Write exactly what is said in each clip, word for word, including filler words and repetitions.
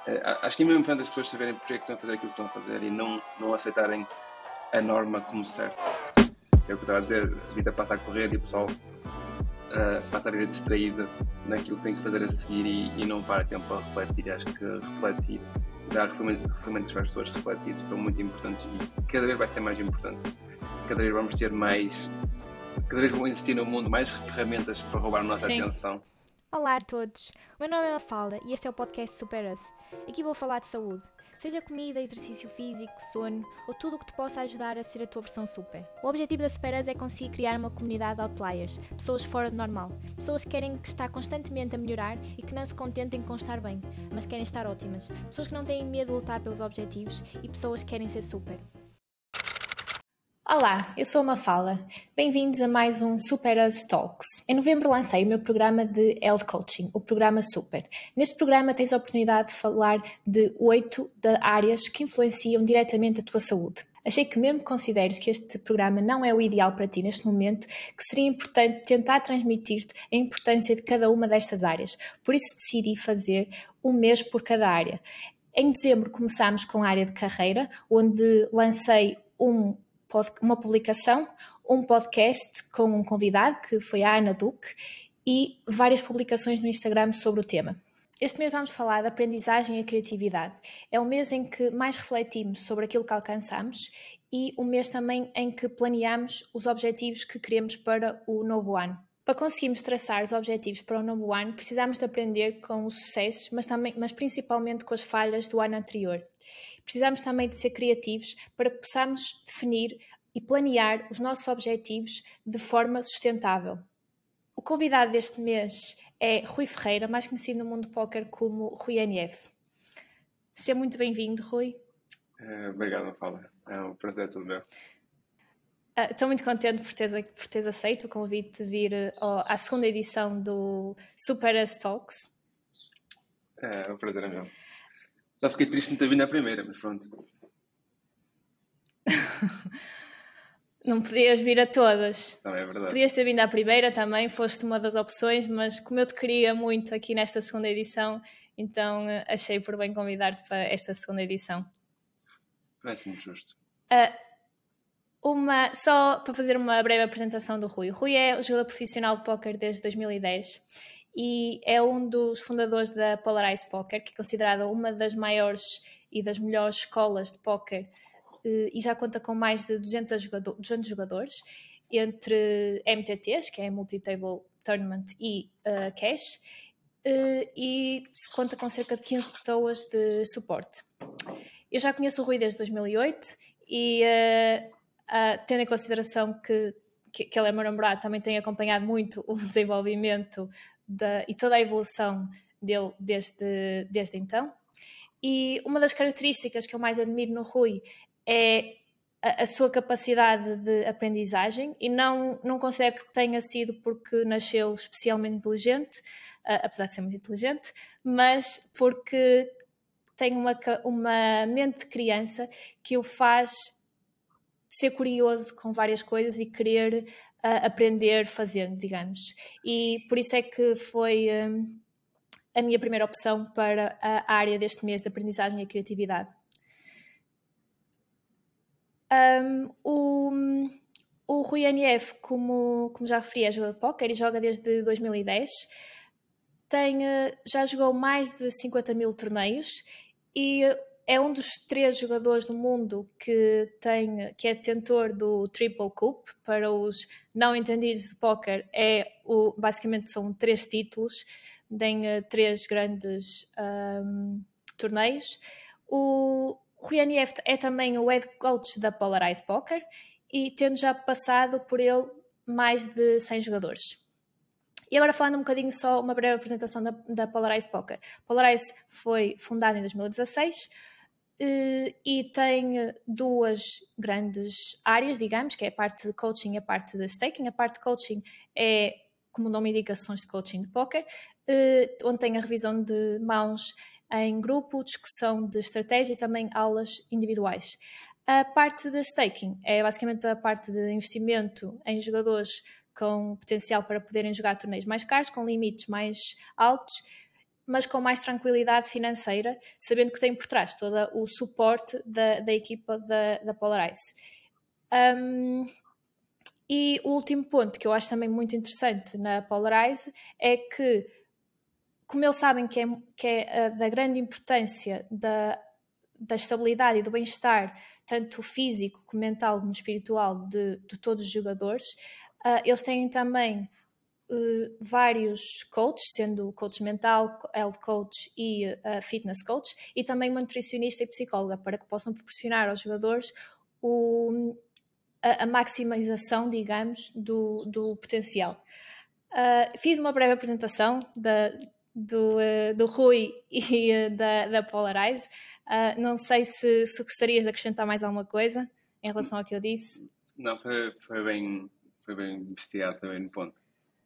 É, acho que é mesmo importante as pessoas saberem porque é que estão a fazer aquilo que estão a fazer e não, não aceitarem a norma como certo. É o que eu estava a dizer, a vida passa a correr e o pessoal uh, passa a vida distraída naquilo que tem que fazer a seguir e, e não para tempo a refletir. Acho que refletir, dar ferramentas para as pessoas refletir são muito importantes e cada vez vai ser mais importante. Cada vez vamos ter mais, cada vez vão existir no mundo mais ferramentas para roubar a nossa Sim. atenção. Olá a todos, o meu nome é Mafalda e este é o podcast Super Us. Aqui vou falar de saúde, seja comida, exercício físico, sono ou tudo o que te possa ajudar a ser a tua versão super. O objetivo da Super Us é conseguir criar uma comunidade de outliers, pessoas fora do normal, pessoas que querem estar constantemente a melhorar e que não se contentem com estar bem, mas querem estar ótimas, pessoas que não têm medo de lutar pelos objetivos e pessoas que querem ser super. Olá, eu sou a Mafalda. Bem-vindos a mais um Super Us Talks. Em novembro lancei o meu programa de Health Coaching, o programa Super. Neste programa tens a oportunidade de falar de oito áreas que influenciam diretamente a tua saúde. Achei que mesmo que consideres que este programa não é o ideal para ti neste momento, que seria importante tentar transmitir-te a importância de cada uma destas áreas. Por isso decidi fazer um mês por cada área. Em dezembro começámos com a área de carreira, onde lancei um uma publicação, um podcast com um convidado, que foi a Ana Duque, e várias publicações no Instagram sobre o tema. Este mês vamos falar de aprendizagem e criatividade. É o mês em que mais refletimos sobre aquilo que alcançamos e o mês também em que planeamos os objetivos que queremos para o novo ano. Para conseguirmos traçar os objetivos para o novo ano, precisamos de aprender com os sucessos, mas, também, mas principalmente com as falhas do ano anterior. Precisamos também de ser criativos para que possamos definir e planear os nossos objetivos de forma sustentável. O convidado deste mês é Rui Ferreira, mais conhecido no mundo do póquer como Rui N F. Seja muito bem-vindo, Rui. Uh, obrigado, Mafalda. É um prazer todo meu. Uh, estou muito contente por teres, por teres aceito o convite de vir uh, à segunda edição do Super Us Talks. É, o prazer é meu. Só fiquei triste de não ter vindo à primeira, mas pronto. Não podias vir a todas. Não, é verdade. Podias ter vindo à primeira também, foste uma das opções, mas como eu te queria muito aqui nesta segunda edição, então achei por bem convidar-te para esta segunda edição. Parece-me justo. Uh, uma, só para fazer uma breve apresentação do Rui. O Rui é jogador profissional de póquer desde dois mil e dez e é um dos fundadores da Polarize Poker, que é considerada uma das maiores e das melhores escolas de póquer e já conta com mais de duzentos jogadores, entre M T Ts, que é Multi-Table Tournament, e uh, Cash, uh, e se conta com cerca de quinze pessoas de suporte. Eu já conheço o Rui desde dois mil e oito e, uh, uh, tendo em consideração que, que, que ele é meu namorado, também tenho acompanhado muito o desenvolvimento da, e toda a evolução dele desde, desde então. E uma das características que eu mais admiro no Rui é a, a sua capacidade de aprendizagem, e não, não considero que tenha sido porque nasceu especialmente inteligente, uh, apesar de ser muito inteligente, mas porque tem uma, uma mente de criança que o faz ser curioso com várias coisas e querer uh, aprender fazendo, digamos. E por isso é que foi um, a minha primeira opção para a área deste mês de aprendizagem e criatividade. Um, o, o Rui N F, como, como já referi, é jogador de póquer e joga desde dois mil e dez. Tem, já jogou mais de cinquenta mil torneios e é um dos três jogadores do mundo que, tem, que é detentor do Triple Cup. Para os não entendidos de póquer, é o, basicamente são três títulos, tem uh, três grandes um, torneios. O Rui N F é também o head coach da Polarize Poker e tendo já passado por ele mais de cem jogadores. E agora falando um bocadinho só, uma breve apresentação da, da Polarize Poker. Polarize foi fundada em dois mil e dezasseis e, e tem duas grandes áreas, digamos, que é a parte de coaching e a parte de staking. A parte de coaching é, como o nome indica, sessões de coaching de poker, onde tem a revisão de mãos em grupo, discussão de estratégia e também aulas individuais. A parte de staking é basicamente a parte de investimento em jogadores com potencial para poderem jogar torneios mais caros, com limites mais altos, mas com mais tranquilidade financeira, sabendo que tem por trás todo o suporte da, da equipa da, da Polarize. Um, e o último ponto que eu acho também muito interessante na Polarize é que, como eles sabem que é, que é da grande importância da, da estabilidade e do bem-estar, tanto físico, como mental, como espiritual, de, de todos os jogadores, uh, eles têm também uh, vários coaches, sendo coach mental, health coach e uh, fitness coach, e também uma nutricionista e psicóloga, para que possam proporcionar aos jogadores o, a, a maximização, digamos, do, do potencial. Uh, fiz uma breve apresentação da, do, uh, do Rui e uh, da, da Polarize. Uh, não sei se, se gostarias de acrescentar mais alguma coisa em relação ao que eu disse. Não, foi, foi, bem, foi bem investigado, foi bem no ponto.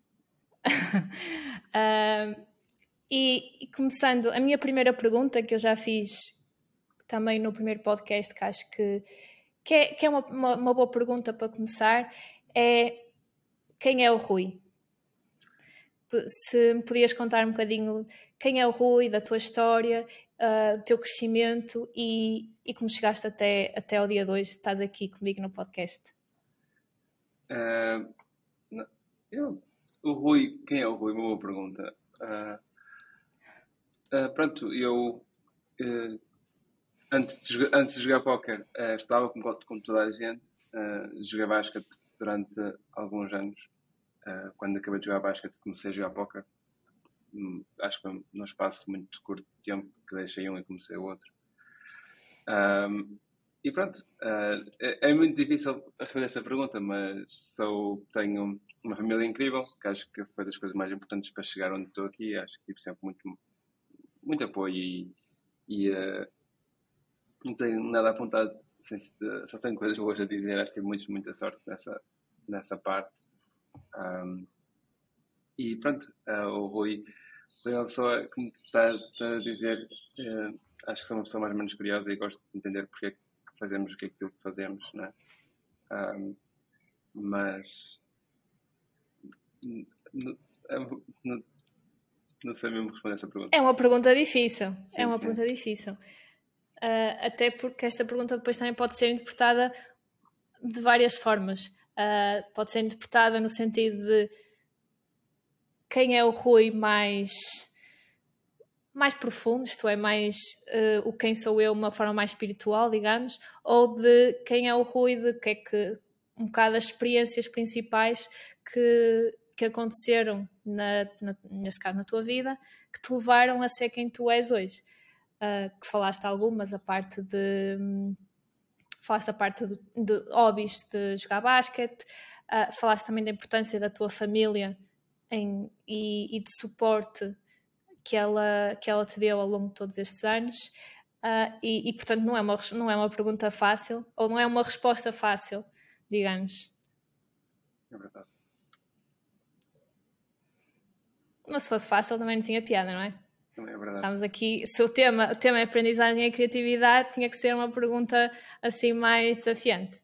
uh, e, e começando, a minha primeira pergunta, que eu já fiz também no primeiro podcast, que acho que, que é, que é uma, uma, uma boa pergunta para começar, é: quem é o Rui? Se me podias contar um bocadinho quem é o Rui, da tua história, uh, do teu crescimento e, e como chegaste até, até ao dia de hoje, estás aqui comigo no podcast. Uh, eu, o Rui, quem é o Rui? Uma boa pergunta. Uh, uh, pronto, eu uh, antes, de jogar, antes de jogar póquer uh, estava como, como toda a gente, uh, joguei basquete durante alguns anos. Uh, quando acabei de jogar basquete comecei a jogar póquer. Um, acho que num espaço muito curto de tempo que deixei um e comecei o outro. Um, e pronto, uh, é, é muito difícil responder essa pergunta, mas sou, tenho uma família incrível, que acho que foi das coisas mais importantes para chegar onde estou aqui. Acho que tive sempre muito, muito apoio e, e uh, não tenho nada apontado, sem, só tenho coisas boas a dizer. Acho que tive muito, muita sorte nessa, nessa parte. Um, e pronto, uh, o Rui foi uma pessoa que me está, está a dizer, uh, acho que sou uma pessoa mais ou menos curiosa e gosto de entender porque é que fazemos o que é aquilo que fazemos, né? Um, mas não, não, não sei mesmo responder essa pergunta. É uma pergunta difícil, Sim, é uma sim. pergunta difícil. Uh, até porque esta pergunta depois também pode ser interpretada de várias formas. Uh, pode ser interpretada no sentido de quem é o Rui mais, mais profundo, isto é, mais uh, o quem sou eu, uma forma mais espiritual, digamos, ou de quem é o Rui, de que é que um bocado as experiências principais que, que aconteceram, na, na, neste caso na tua vida, que te levaram a ser quem tu és hoje. Uh, que falaste algumas, a parte de... Um, falaste a parte de, de hobbies de jogar basquete, uh, falaste também da importância da tua família em, e, e de suporte que ela, que ela te deu ao longo de todos estes anos, uh, e, e portanto não é, uma, não é uma pergunta fácil, ou não é uma resposta fácil, digamos. É verdade. Mas se fosse fácil também não tinha piada, não é? Também é verdade. Estamos aqui, se o tema, o tema é aprendizagem e criatividade, tinha que ser uma pergunta assim mais desafiante.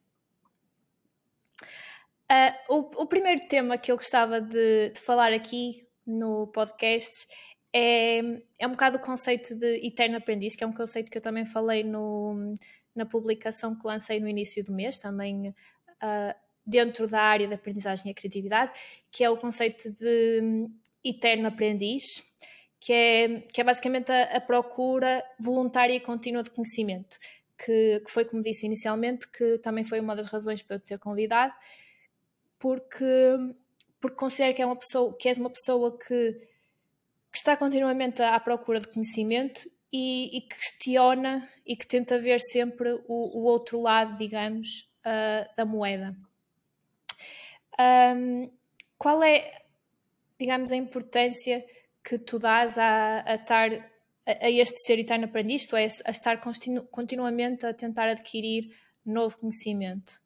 Uh, o, o primeiro tema que eu gostava de, de falar aqui no podcast é, é um bocado o conceito de eterno aprendiz, que é um conceito que eu também falei no, na publicação que lancei no início do mês, também uh, dentro da área da aprendizagem e a criatividade, que é o conceito de eterno aprendiz, que é, que é basicamente a, a procura voluntária e contínua de conhecimento, que, que foi, como disse inicialmente, que também foi uma das razões para eu te ter convidado, porque, porque considero que, é uma pessoa, que és uma pessoa que, que está continuamente à procura de conhecimento e, e que questiona e que tenta ver sempre o, o outro lado, digamos, uh, da moeda. Um, qual é, digamos, a importância que tu dás a, a estar a, a este ser eterno aprendiz, isto é, a estar continu, continuamente a tentar adquirir novo conhecimento?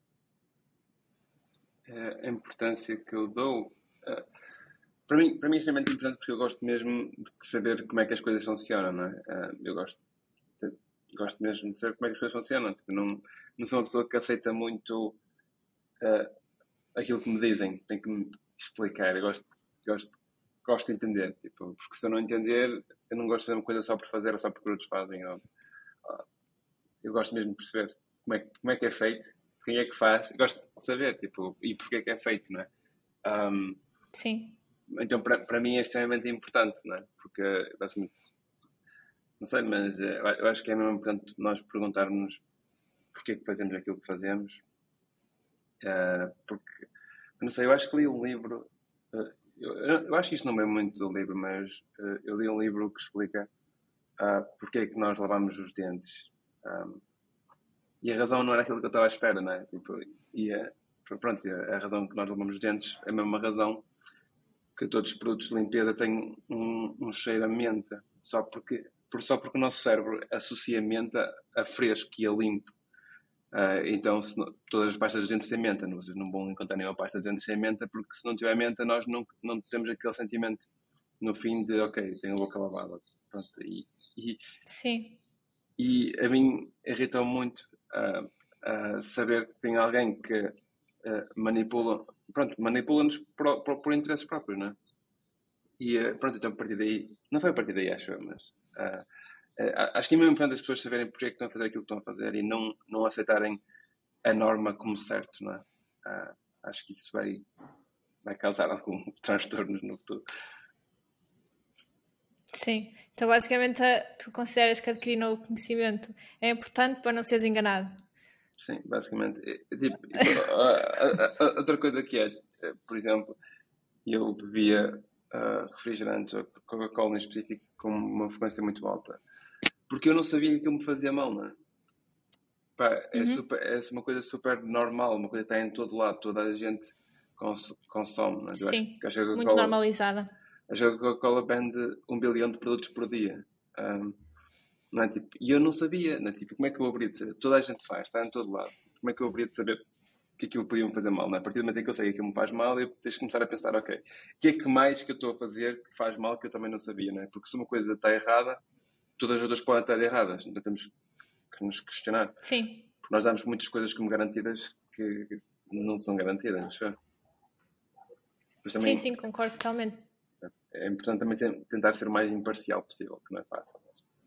A importância que eu dou, uh, para mim, para mim é extremamente importante porque eu gosto mesmo de saber como é que as coisas funcionam, não é? Uh, eu gosto, de, gosto mesmo de saber como é que as coisas funcionam. Tipo, não, não sou uma pessoa que aceita muito uh, aquilo que me dizem, tenho que me explicar. Eu gosto, gosto de gosto de entender, tipo, porque se eu não entender, eu não gosto de fazer uma coisa só por fazer ou só porque outros fazem. Ou, ou, eu gosto mesmo de perceber como é, como é que é feito, quem é que faz, gosto de saber, tipo, e porque é que é feito, não é? Um, Sim. Então, para, para mim é extremamente importante, não é? Porque, basicamente, não sei, mas eh, eu acho que é mesmo importante nós perguntarmos porque é que fazemos aquilo que fazemos. Uh, porque, eu não sei, eu acho que li um livro, uh, eu, eu acho que isto não é muito do livro, mas uh, eu li um livro que explica uh, porque é que nós lavamos os dentes. Um, e a razão não era aquilo que eu estava à espera, não é? Tipo, e a, pronto, a, a razão que nós lavamos os dentes é a mesma razão que todos os produtos de limpeza têm um, um cheiro a menta, só porque, por, só porque o nosso cérebro associa menta a fresco e a limpo. Uh, então, se não, todas as pastas de dentes têm menta, não, vocês não vão encontrar nenhuma pasta de dentes sem menta, porque se não tiver menta, nós não, não temos aquele sentimento no fim de, ok, tenho a boca lavada. Pronto, e, e, Sim. e a mim irritou muito uh, uh, saber que tem alguém que uh, manipula, pronto, manipula-nos por, por, por interesses próprios, não é? E uh, pronto, então a partir daí, não foi a partir daí, acho eu, mas uh, uh, acho que é mesmo importante as pessoas saberem porque é que estão a fazer aquilo que estão a fazer e não, não aceitarem a norma como certo, não é? Uh, acho que isso vai, vai causar algum transtornos no futuro. Sim, então basicamente tu consideras que adquirir novo conhecimento é importante para não seres enganado? Sim, basicamente. É, tipo, a, a, a, outra coisa que é, por exemplo, eu bebia uh, refrigerantes ou Coca-Cola em específico com uma frequência muito alta, porque eu não sabia que aquilo me fazia mal, não é? Pá, é, Uhum. super, é uma coisa super normal, uma coisa que está em todo lado, toda a gente cons consome, não é? Eu acho, Sim, acho que a muito Coca-Cola normalizada. acho que a Coca-Cola vende um bilhão de produtos por dia. Um, não é? Tipo, e eu não sabia, não é? Tipo, como é que eu abria de saber? Toda a gente faz, está em todo lado. Tipo, como é que eu abria de saber que aquilo podia me fazer mal? Não é? A partir do momento em que eu sei que aquilo me faz mal, eu tens de começar a pensar, ok, o que é que mais que eu estou a fazer que faz mal que eu também não sabia, não é? Porque se uma coisa está errada, todas as outras podem estar erradas. Então temos que nos questionar. Sim. Porque nós damos muitas coisas como garantidas que não são garantidas, acho. Sim, sim, concordo totalmente. É importante também tentar ser o mais imparcial possível, que não é fácil.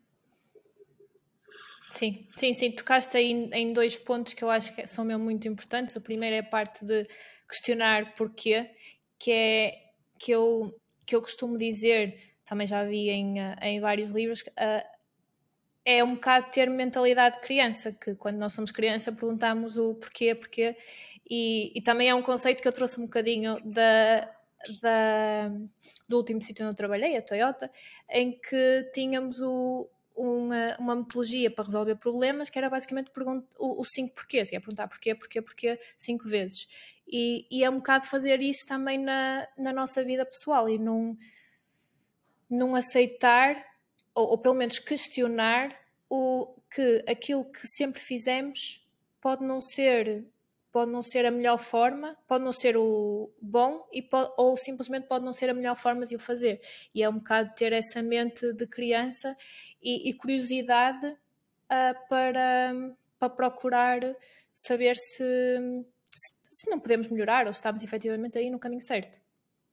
Sim, sim, sim. Tocaste aí em, em dois pontos que eu acho que são mesmo muito importantes. O primeiro é a parte de questionar porquê, que é que eu, que eu costumo dizer, também já vi em, em vários livros, uh, é um bocado ter mentalidade de criança, que quando nós somos criança perguntamos o porquê, porquê, e, e também é um conceito que eu trouxe um bocadinho da, da, do último sítio onde eu trabalhei, a Toyota, em que tínhamos o, uma, uma metodologia para resolver problemas que era basicamente o, o cinco porquês, que é perguntar porquê, porquê, porquê cinco vezes. E, e é um bocado fazer isso também na, na nossa vida pessoal e não, não aceitar, ou, ou pelo menos questionar, o, que aquilo que sempre fizemos pode não ser, pode não ser a melhor forma, pode não ser o bom e pode, ou simplesmente pode não ser a melhor forma de o fazer. E é um bocado ter essa mente de criança e, e curiosidade uh, para, para procurar saber se, se, se não podemos melhorar ou se estamos efetivamente aí no caminho certo.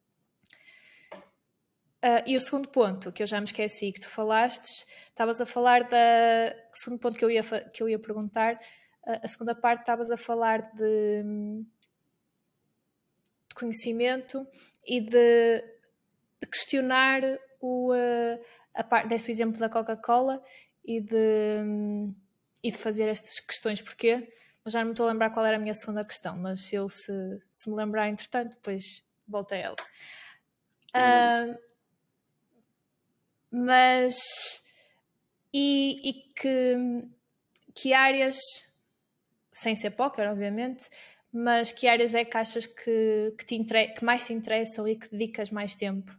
Uh, e o segundo ponto, que eu já me esqueci que tu falaste, estavas a falar da... O segundo ponto que eu ia, que eu ia perguntar, uh, a segunda parte estavas a falar de, de conhecimento e de, de questionar o, uh, a parte, desse o exemplo da Coca-Cola e de, e de fazer estas questões porquê, mas já não me estou a lembrar qual era a minha segunda questão, mas eu se, se me lembrar entretanto, depois volto a ela. Uh, mas e, e que, que áreas, sem ser póquer obviamente, mas que áreas é que achas que, que, te inter... que mais te interessam e que dedicas mais tempo?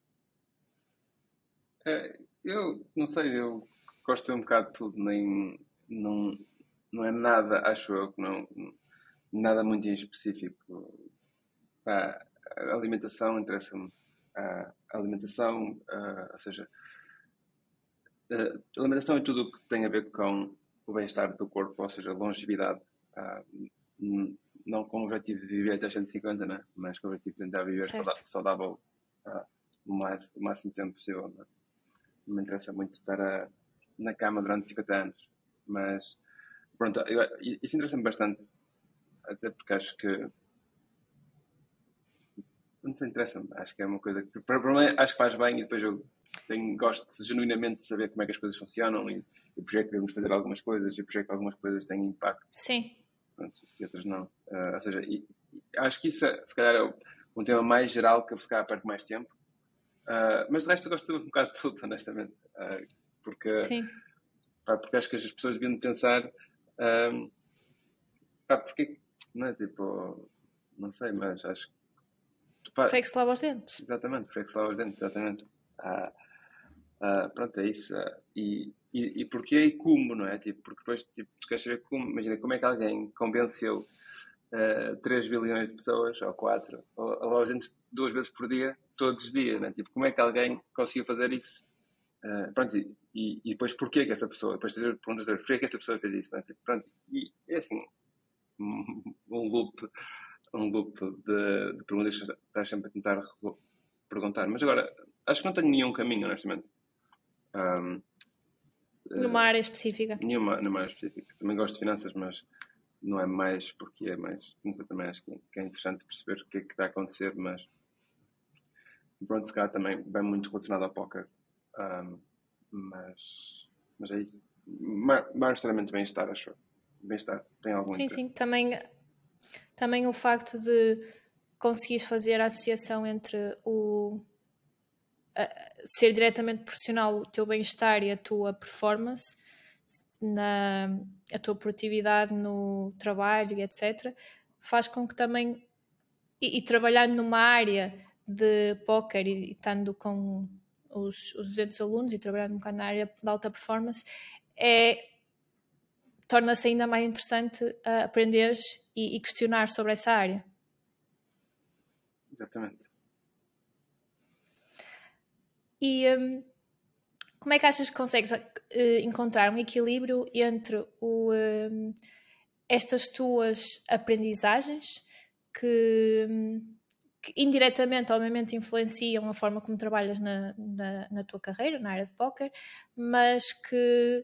É, eu não sei, eu gosto de ter um bocado de tudo, nem não, não é nada, acho eu, que não, nada muito em específico. Pá, a alimentação interessa-me. A alimentação, uh, ou seja, Uh, alimentação é tudo o que tem a ver com o bem-estar do corpo, ou seja, longevidade. Uh, não com o objetivo de viver até cento e cinquenta, né? Mas com o objetivo de tentar viver Certo. saudável uh, o máximo, o máximo tempo possível. Não, não me interessa muito estar a, na cama durante cinquenta anos, mas pronto, eu, isso interessa-me bastante, até porque acho que não sei, interessa-me, acho que é uma coisa que para mim acho que faz bem, e depois eu tenho, gosto genuinamente de saber como é que as coisas funcionam, e o projeto devemos fazer algumas coisas, e o projeto algumas coisas têm impacto. Sim. Pronto, e outras não. Uh, ou seja, e, e acho que isso se calhar é um tema mais geral que eu se calhar perco mais tempo. Uh, mas de resto eu gosto de saber um bocado de tudo, honestamente. Uh, porque, Sim. pá, porque acho que as pessoas deviam pensar um, pá, porque não é tipo, não sei, mas acho que Por é que se lava os dentes? Exatamente, por é que se lava os dentes, exatamente. Ah, ah, pronto, é isso. Ah, e, e, e porquê e como, não é? Tipo, porque depois tipo, tu queres saber como, imagina, como é que alguém convenceu uh, três bilhões de pessoas, ou quatro, a lavar os dentes duas vezes por dia, todos os dias, não é? Tipo, como é que alguém conseguiu fazer isso? Uh, pronto, e, e, e depois porquê que essa pessoa, depois fazer perguntas, porquê que essa pessoa fez isso, não é? Tipo, pronto, e é assim, um, um loop, um loop de, de perguntas que estás sempre a tentar resolver, perguntar. Mas agora, acho que não tenho nenhum caminho, honestamente. Um, Numa uh, área específica? Nenhuma, numa área específica. Também gosto de finanças, mas não é mais porque é mais. Não sei, também acho que é interessante perceber o que é que está a acontecer, mas. Pronto, se calhar também bem muito relacionado ao póquer. Um, mas, mas é isso. Maioritariamente bem-estar, acho. Bem-estar, tem algum sim, interesse. Sim, também, também o facto de conseguires fazer a associação entre o a, ser diretamente proporcional o teu bem-estar e a tua performance, na, a tua produtividade no trabalho, etcétera, faz com que também, e, e trabalhando numa área de póquer e, e estando com os, os duzentos alunos e trabalhando um bocado na área de alta performance, é, torna-se ainda mais interessante uh, aprenderes e, e questionar sobre essa área. Exatamente. E um, como é que achas que consegues uh, encontrar um equilíbrio entre o, um, estas tuas aprendizagens que, um, que indiretamente, obviamente, influenciam a forma como trabalhas na, na, na tua carreira, na área de póquer, mas que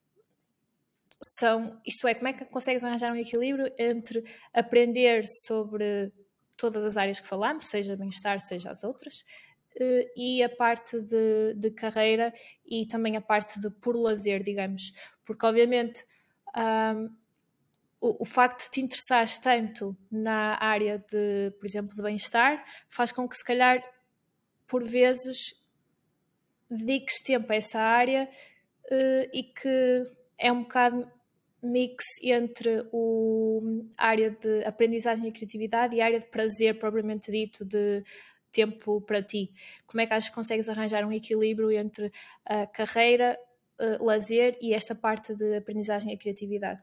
são, isto é, como é que consegues arranjar um equilíbrio entre aprender sobre todas as áreas que falamos, seja bem-estar, seja as outras, e a parte de, de carreira e também a parte de por lazer, digamos, porque obviamente um, o, o facto de te interessares tanto na área de, por exemplo, de bem-estar, faz com que se calhar por vezes dediques tempo a essa área uh, e que é um bocado mix entre o, a área de aprendizagem e criatividade e a área de prazer propriamente dito, de tempo para ti. Como é que achas que consegues arranjar um equilíbrio entre a carreira, uh, lazer e esta parte de aprendizagem e criatividade?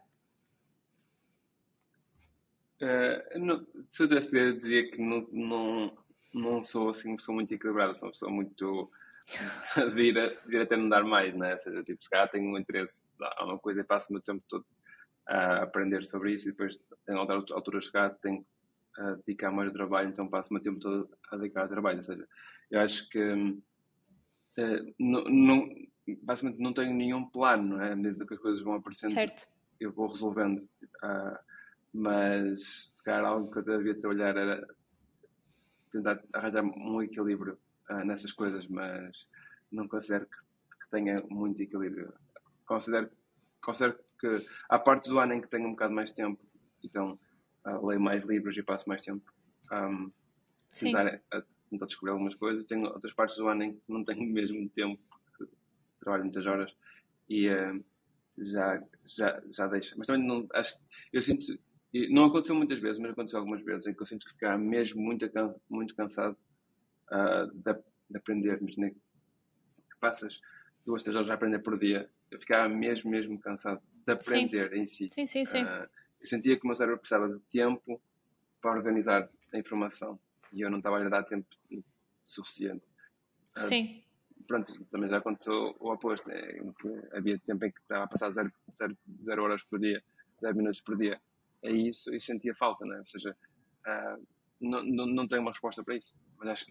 Uh, não, se eu tivesse de dizer que não, não, não sou assim uma pessoa muito equilibrada, sou uma pessoa muito de ir, a, de ir até não dar mais, né? Ou seja, tipo, se calhar tenho um interesse a uma coisa e passo o meu tempo todo a aprender sobre isso, e depois em outra altura chegar tenho a dedicar mais ao trabalho, então passo o meu tempo todo a dedicar ao trabalho. Ou seja, eu acho que uh, não, não, basicamente não tenho nenhum plano, não é? À medida que as coisas vão aparecendo, certo. Eu vou resolvendo. Uh, mas se calhar algo que eu devia trabalhar era tentar arranjar um equilíbrio uh, nessas coisas, mas não considero que, que tenha muito equilíbrio. Considero, considero que há partes do ano em que tenho um bocado mais tempo, então uh, leio mais livros e passo mais tempo um, tentar, a, tentar descobrir algumas coisas. Tenho outras partes do ano em que não tenho mesmo tempo, porque trabalho muitas horas e uh, já, já, já deixa. Mas também não, acho que eu sinto. Não aconteceu muitas vezes, mas aconteceu algumas vezes em que eu sinto que ficava mesmo muito, muito cansado uh, de, de aprender. Imagina que passas duas, três horas a aprender por dia. Eu ficava mesmo, mesmo cansado de aprender sim. em si. Sim, sim, sim. Uh, eu sentia que o meu cérebro precisava de tempo para organizar a informação e eu não estava a lhe dar tempo suficiente. Uh, sim. Pronto, também já aconteceu o oposto, é, em que havia tempo em que estava a passar zero, zero, zero horas por dia, zero minutos por dia. É isso e sentia falta, não é? Ou seja, uh, não, não, não tenho uma resposta para isso, mas acho que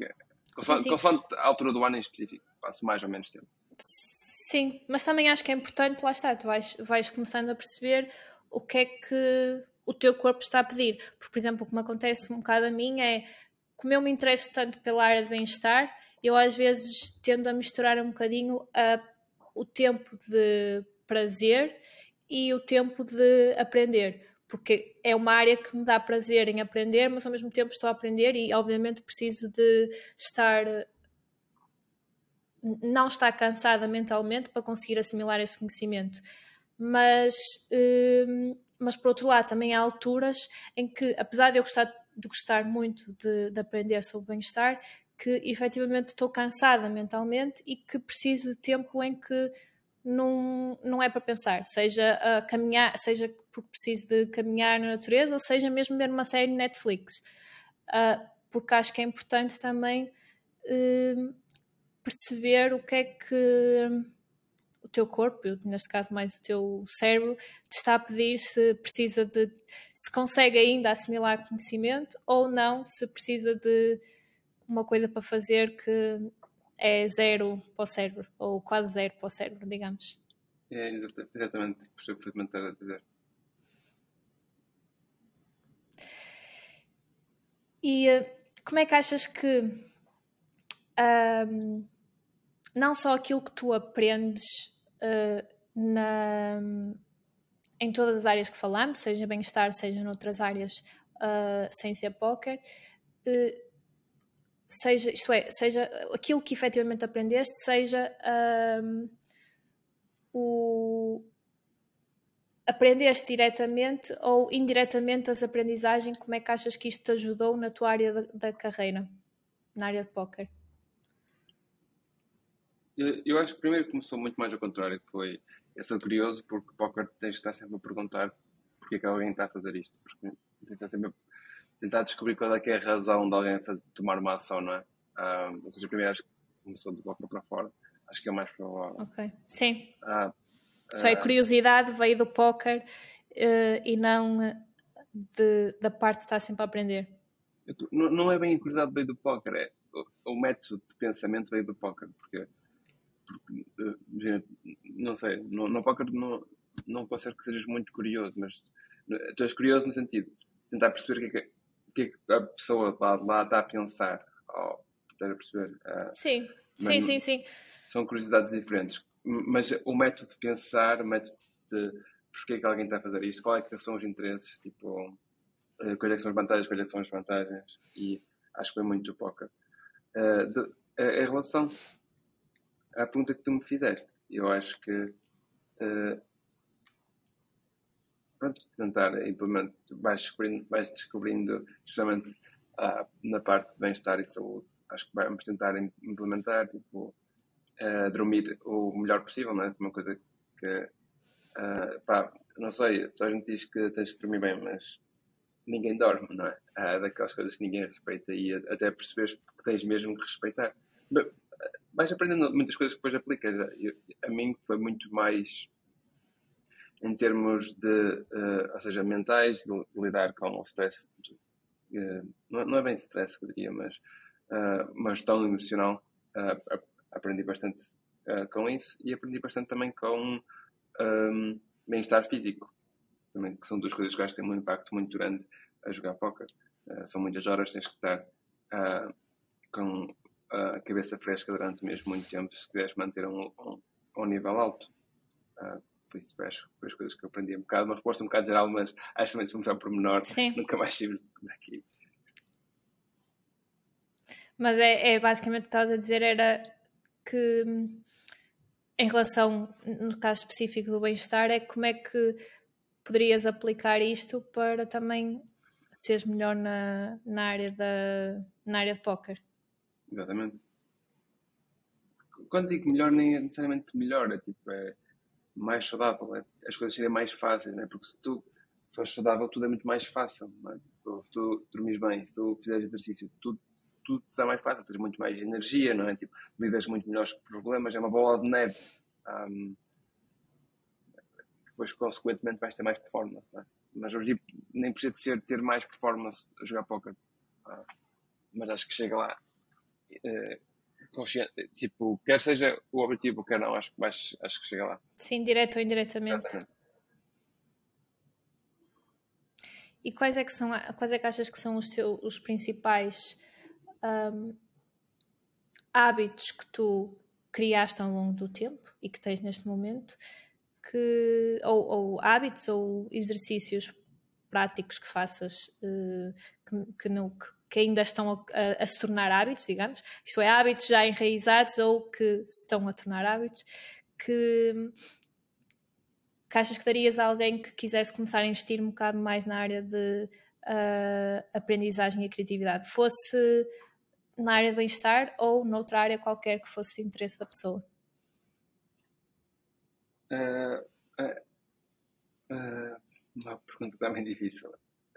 Consoante, consoante a altura do ano em específico, passo mais ou menos tempo. Sim, mas também acho que é importante, lá está, tu vais, vais começando a perceber o que é que o teu corpo está a pedir. Porque, por exemplo, o que me acontece um bocado a mim é, como eu me interesso tanto pela área de bem-estar, eu às vezes tendo a misturar um bocadinho a, o tempo de prazer e o tempo de aprender. Porque é uma área que me dá prazer em aprender, mas ao mesmo tempo estou a aprender e obviamente preciso de estar... não estar cansada mentalmente para conseguir assimilar esse conhecimento. Mas, hum, mas por outro lado, também há alturas em que, apesar de eu gostar, de gostar muito de, de aprender sobre bem-estar, que efetivamente estou cansada mentalmente e que preciso de tempo em que não, não é para pensar, seja a caminhar, seja porque preciso de caminhar na natureza, ou seja mesmo ver uma série de Netflix. Uh, porque acho que é importante também uh, perceber o que é que o teu corpo, neste caso mais o teu cérebro, te está a pedir, se precisa de, se consegue ainda assimilar conhecimento ou não, se precisa de uma coisa para fazer que é zero para o cérebro, ou quase zero para o cérebro, digamos. É, exatamente, percebo perfeitamente a dizer. E como é que achas que um, não só aquilo que tu aprendes uh, na, em todas as áreas que falamos, seja bem-estar, seja noutras áreas uh, sem ser póquer, uh, seja, isto é, seja aquilo que efetivamente aprendeste, seja um, o aprendeste diretamente ou indiretamente as aprendizagens, como é que achas que isto te ajudou na tua área da, da carreira, na área de póquer? Eu, eu acho que primeiro começou muito mais ao contrário, que foi, eu sou curioso porque o póquer tens de estar sempre a perguntar porque é que alguém está a fazer isto, porque tens de estar sempre a tentar descobrir qual é que é a razão de alguém fazer, tomar uma ação, não é? Um, ou seja, primeiro acho que começou do póquer para fora, acho que é o mais provável. Ok, sim. Ah, Só é curiosidade, veio do póquer uh, e não de, da parte de estar sempre a aprender. Não, não é bem a curiosidade veio do póquer, é o, o método de pensamento veio do póquer, porque, porque uh, não sei, no, no póquer não, não considero que sejas muito curioso, mas tu és curioso no sentido de tentar perceber o que é que, o que, é que a pessoa lá, lá está a pensar, ou tentar perceber. Uh, sim, sim, sim, sim. São curiosidades diferentes, mas o método de pensar, o método de porque é que alguém está a fazer isto, qual é que são os interesses, tipo, quais é que são as vantagens, quais é que são as vantagens, e acho que foi muito póquer. Uh, de, uh, em relação à pergunta que tu me fizeste, eu acho que uh, pronto, tentar implementar, vais descobrindo, vais descobrindo justamente uh, na parte de bem-estar e saúde, acho que vamos tentar implementar, tipo, uh, dormir o melhor possível, não é? Uma coisa que, uh, pá, não sei, toda a gente diz que tens que dormir bem, mas ninguém dorme, não é? Há daquelas coisas que ninguém respeita e até percebes que tens mesmo que respeitar. Mas, vais aprendendo muitas coisas que depois aplicas. Eu, a mim foi muito mais em termos de, uh, ou seja, mentais, de, de lidar com o stress. Uh, não, não é bem stress que eu diria, mas uh, uma gestão emocional. Uh, aprendi bastante uh, com isso e aprendi bastante também com um, bem-estar físico. Também, que são duas coisas que acho que têm um impacto muito grande a jogar póquer. Uh, são muitas horas, tens que estar uh, com a cabeça fresca durante mesmo muito tempo se quiseres manter um, um, um nível alto. Uh, foi isso, acho, foi as coisas que eu aprendi um bocado, uma resposta um bocado geral, mas acho também se vamos por menor, nunca mais saímos daqui. Mas é, é basicamente o que estavas a dizer era que em relação, no caso específico do bem-estar, é como é que poderias aplicar isto para também seres melhor na, na, área, da, na área de póquer. Exatamente. Quando digo melhor, nem é necessariamente melhor, é tipo, é mais saudável, é, as coisas serem mais fáceis, né? Porque se tu fores saudável, tudo é muito mais fácil, não é? Tipo, se tu dormires bem, se tu fizeres exercício, tudo, tudo será mais fácil, tens muito mais energia, não é? Tipo, lidas muito melhores com os problemas, é uma bola de neve. Um, depois, consequentemente, vais ter mais performance, não é? Mas hoje nem precisa de ser ter mais performance a jogar póquer. Ah, mas acho que chega lá uh, consciente, tipo, quer seja o objetivo, quer não, acho que, mais, acho que chega lá. Sim, direto ou indiretamente. Exatamente. E quais é que são, quais é que achas que são os, teus, os principais um, hábitos que tu criaste ao longo do tempo e que tens neste momento, que, ou, ou hábitos ou exercícios práticos que faças uh, que, que, não, que, que ainda estão a, a, a se tornar hábitos, digamos, isto é, hábitos já enraizados ou que se estão a tornar hábitos, que, que achas que darias a alguém que quisesse começar a investir um bocado mais na área de uh, aprendizagem e criatividade, fosse na área de bem-estar ou noutra área qualquer que fosse de interesse da pessoa? Uh, uh, uh, uma pergunta também difícil.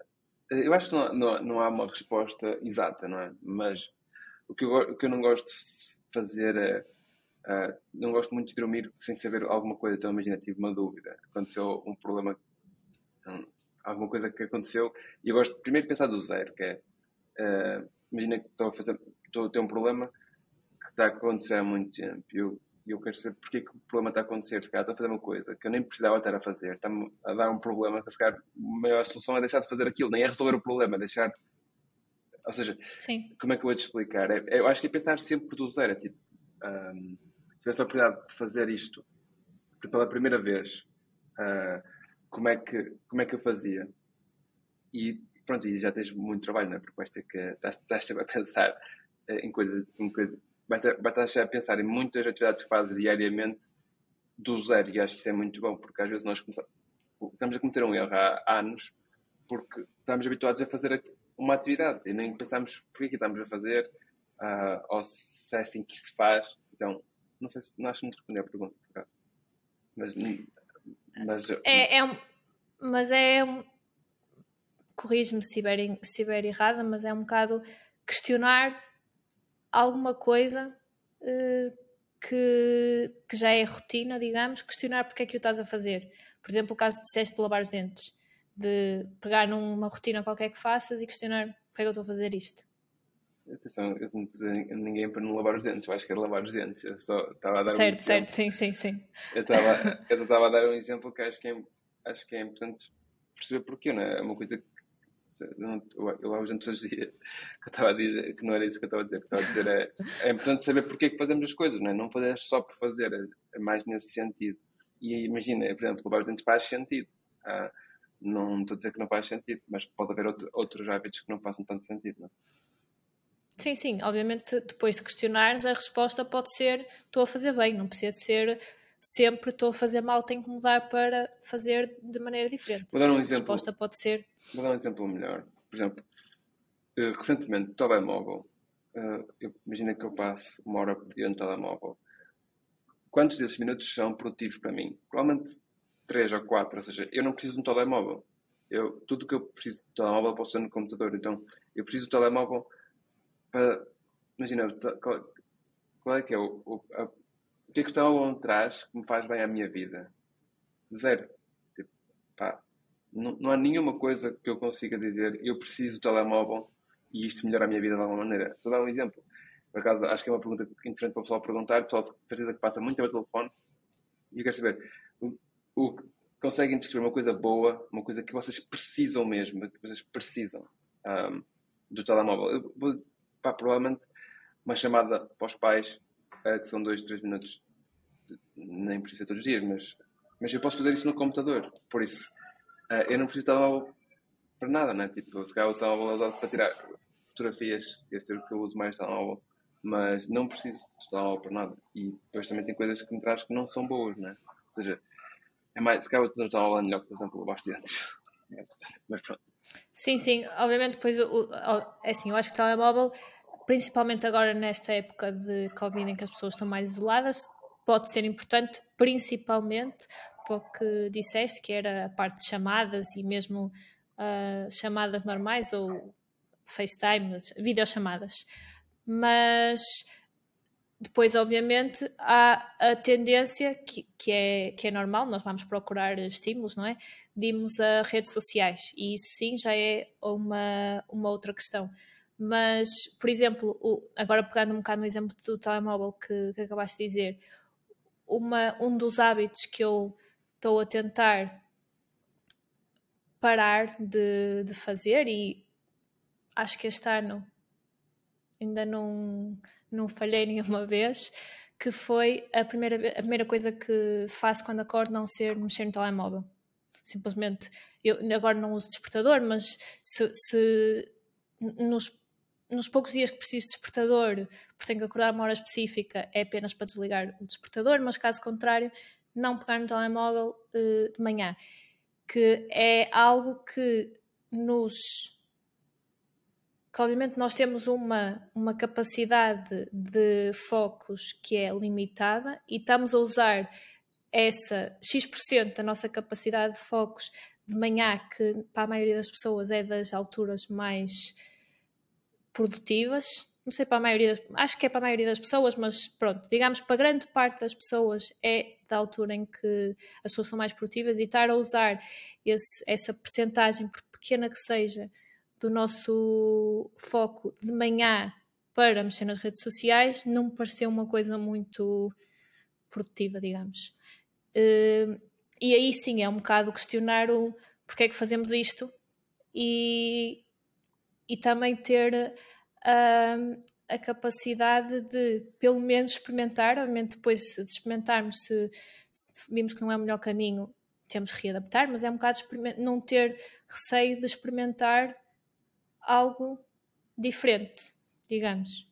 Eu acho que não, não, não há uma resposta exata, não é? Mas o que eu, o que eu não gosto de fazer é uh, não gosto muito de dormir sem saber alguma coisa. Então imagina, tive uma dúvida, aconteceu um problema, um, alguma coisa que aconteceu, e eu gosto de primeiro pensar do zero, que é uh, imagina que estou a fazer, estou a ter um problema que está a acontecer há muito tempo e eu, eu quero saber porque é que o problema está a acontecer. Se calhar estou a fazer uma coisa que eu nem precisava estar a fazer, está-me a dar um problema que se calhar a maior solução é deixar de fazer aquilo, nem é resolver o problema, é deixar. Ou seja, Sim. como é que eu vou te explicar? É, é, eu acho que é pensar sempre do zero. É tipo, um, se tivesse a oportunidade de fazer isto pela primeira vez, uh, como, é que, como é que eu fazia? E pronto, e já tens muito trabalho, não é? Porque vais ter que, estás, estás sempre a pensar uh, em coisas, em coisas vais, ter, vais estar a pensar em muitas atividades que fazes diariamente do zero, e acho que isso é muito bom, porque às vezes nós começamos, estamos a cometer um erro há, há anos, porque estamos habituados a fazer uma atividade e nem pensamos porquê que estamos a fazer, uh, ou se é assim que se faz. Então, não sei se não acho que não te respondi à pergunta, por acaso. Mas, mas, é, é, mas é corrige-me se estiver, se estiver errada, mas é um bocado questionar alguma coisa uh, que, que já é rotina, digamos, questionar porque é que o estás a fazer. Por exemplo, o caso de disseste de lavar os dentes, de pegar numa rotina qualquer que faças e questionar porque é que eu estou a fazer isto. Atenção, eu não dizer a ninguém para não lavar os dentes, eu acho que era lavar os dentes. Eu só estava a dar certo, um exemplo. Certo, sim, sim, sim. Eu estava, eu estava a dar um exemplo que acho que é, acho que é importante perceber porquê, não é? É uma coisa que eu, eu lavo os dentes todos os dias, que eu estava a dizer, que não era isso que eu estava a dizer, que eu estava a dizer é, é importante saber porque é que fazemos as coisas, não é? Não fazer só por fazer, é, é mais nesse sentido. E imagina, por exemplo, lavar os dentes faz sentido. Ah, não estou a dizer que não faz sentido, mas pode haver outro, outros hábitos que não façam tanto sentido, não é? Sim, sim, obviamente depois de questionares a resposta pode ser estou a fazer bem, não precisa de ser sempre estou a fazer mal, tenho que mudar para fazer de maneira diferente. Vou dar um a exemplo, resposta pode ser... Vou dar um exemplo melhor. Por exemplo, recentemente, o telemóvel, eu, imagina que eu passo uma hora por dia no telemóvel. Quantos desses minutos são produtivos para mim? Provavelmente três ou quatro, ou seja, eu não preciso de um telemóvel. Eu, tudo que eu preciso de telemóvel eu posso ter no computador, então eu preciso do telemóvel para... Imagina, qual, qual é que é o... O, a, o que é que o telemóvel traz que me faz bem à minha vida? Zero. Tipo, pá, não, não há nenhuma coisa que eu consiga dizer eu preciso do telemóvel e isto melhora a minha vida de alguma maneira. Estou a dar um exemplo. Por acaso, acho que é uma pergunta interessante para o pessoal perguntar. O pessoal de certeza que passa muito tempo ao telefone. E eu quero saber, o, o, conseguem descrever uma coisa boa, uma coisa que vocês precisam mesmo, que vocês precisam um, do telemóvel? Eu, vou, pá, provavelmente uma chamada para os pais, uh, que são dois, três minutos, nem precisa ser todos os dias, mas, mas eu posso fazer isso no computador. Por isso, uh, eu não preciso de telemóvel para nada, né? Tipo, se calhar o telemóvel é usado para tirar fotografias, que é o que eu uso mais telemóvel, mas não preciso de telemóvel para nada. E depois também tem coisas que me traz que não são boas, né? Ou seja, é mais, se calhar o telemóvel é melhor que, por exemplo, o bastante. Mas pronto. Sim, sim, obviamente depois, o, o, é assim, eu acho que o telemóvel, principalmente agora nesta época de Covid em que as pessoas estão mais isoladas, pode ser importante, principalmente para o que disseste, que era a parte de chamadas e mesmo uh, chamadas normais ou FaceTime, videochamadas. Mas depois, obviamente, há a tendência, que, que, é, que é normal, nós vamos procurar estímulos, não é? De irmos a redes sociais, e isso sim já é uma, uma outra questão. Mas, por exemplo, o, agora pegando um bocado no exemplo do telemóvel que, que acabaste de dizer, uma, um dos hábitos que eu estou a tentar parar de, de fazer, e acho que este ano ainda não, não falhei nenhuma vez, que foi a primeira, a primeira coisa que faço quando acordo não ser mexer no telemóvel. Simplesmente, eu agora não uso despertador, mas se, se nos, nos poucos dias que preciso de despertador, porque tenho que acordar uma hora específica, é apenas para desligar o despertador, mas caso contrário, não pegar no telemóvel uh, de manhã, que é algo que nos... que obviamente nós temos uma, uma capacidade de focos que é limitada e estamos a usar essa X% por cento da nossa capacidade de focos de manhã, que para a maioria das pessoas é das alturas mais produtivas, não sei para a maioria, acho que é para a maioria das pessoas, mas pronto, digamos para grande parte das pessoas é da altura em que as pessoas são mais produtivas, e estar a usar esse, essa percentagem, por pequena que seja, do nosso foco de manhã para mexer nas redes sociais, não me pareceu uma coisa muito produtiva, digamos. Uh, e aí sim é um bocado questionar o porque é que fazemos isto, e, e também ter uh, a capacidade de pelo menos experimentar. Obviamente depois de experimentarmos, se, se vimos que não é o melhor caminho, temos que readaptar, mas é um bocado não ter receio de experimentar algo diferente, digamos.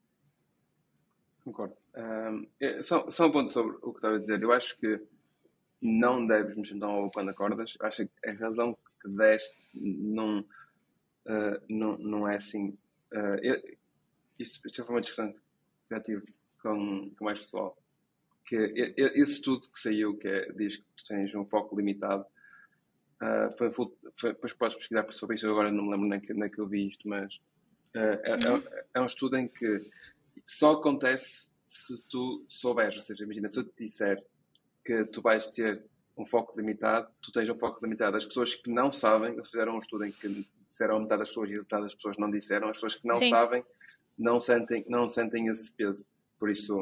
Concordo. Um, é, só, só um ponto sobre o que estava a dizer. Eu acho que não deves mexer no telemóvel quando acordas. Eu acho que a razão que deste não, uh, não, não é assim. Uh, eu, isto, isto foi uma discussão que já tive com, com mais pessoal. Que esse estudo que saiu, que é, diz que tu tens um foco limitado, uh, foi, foi, depois podes pesquisar sobre isso. Eu agora não me lembro nem que, nem que eu vi isto, mas uh, é, uhum. é, é um estudo em que só acontece se tu souberes. Ou seja, imagina, se eu te disser que tu vais ter um foco limitado, tu tens um foco limitado. As pessoas que não sabem, eles fizeram um estudo em que disseram a metade das pessoas e a metade das pessoas não disseram. As pessoas que não Sim. sabem não sentem, não sentem esse peso. Por isso,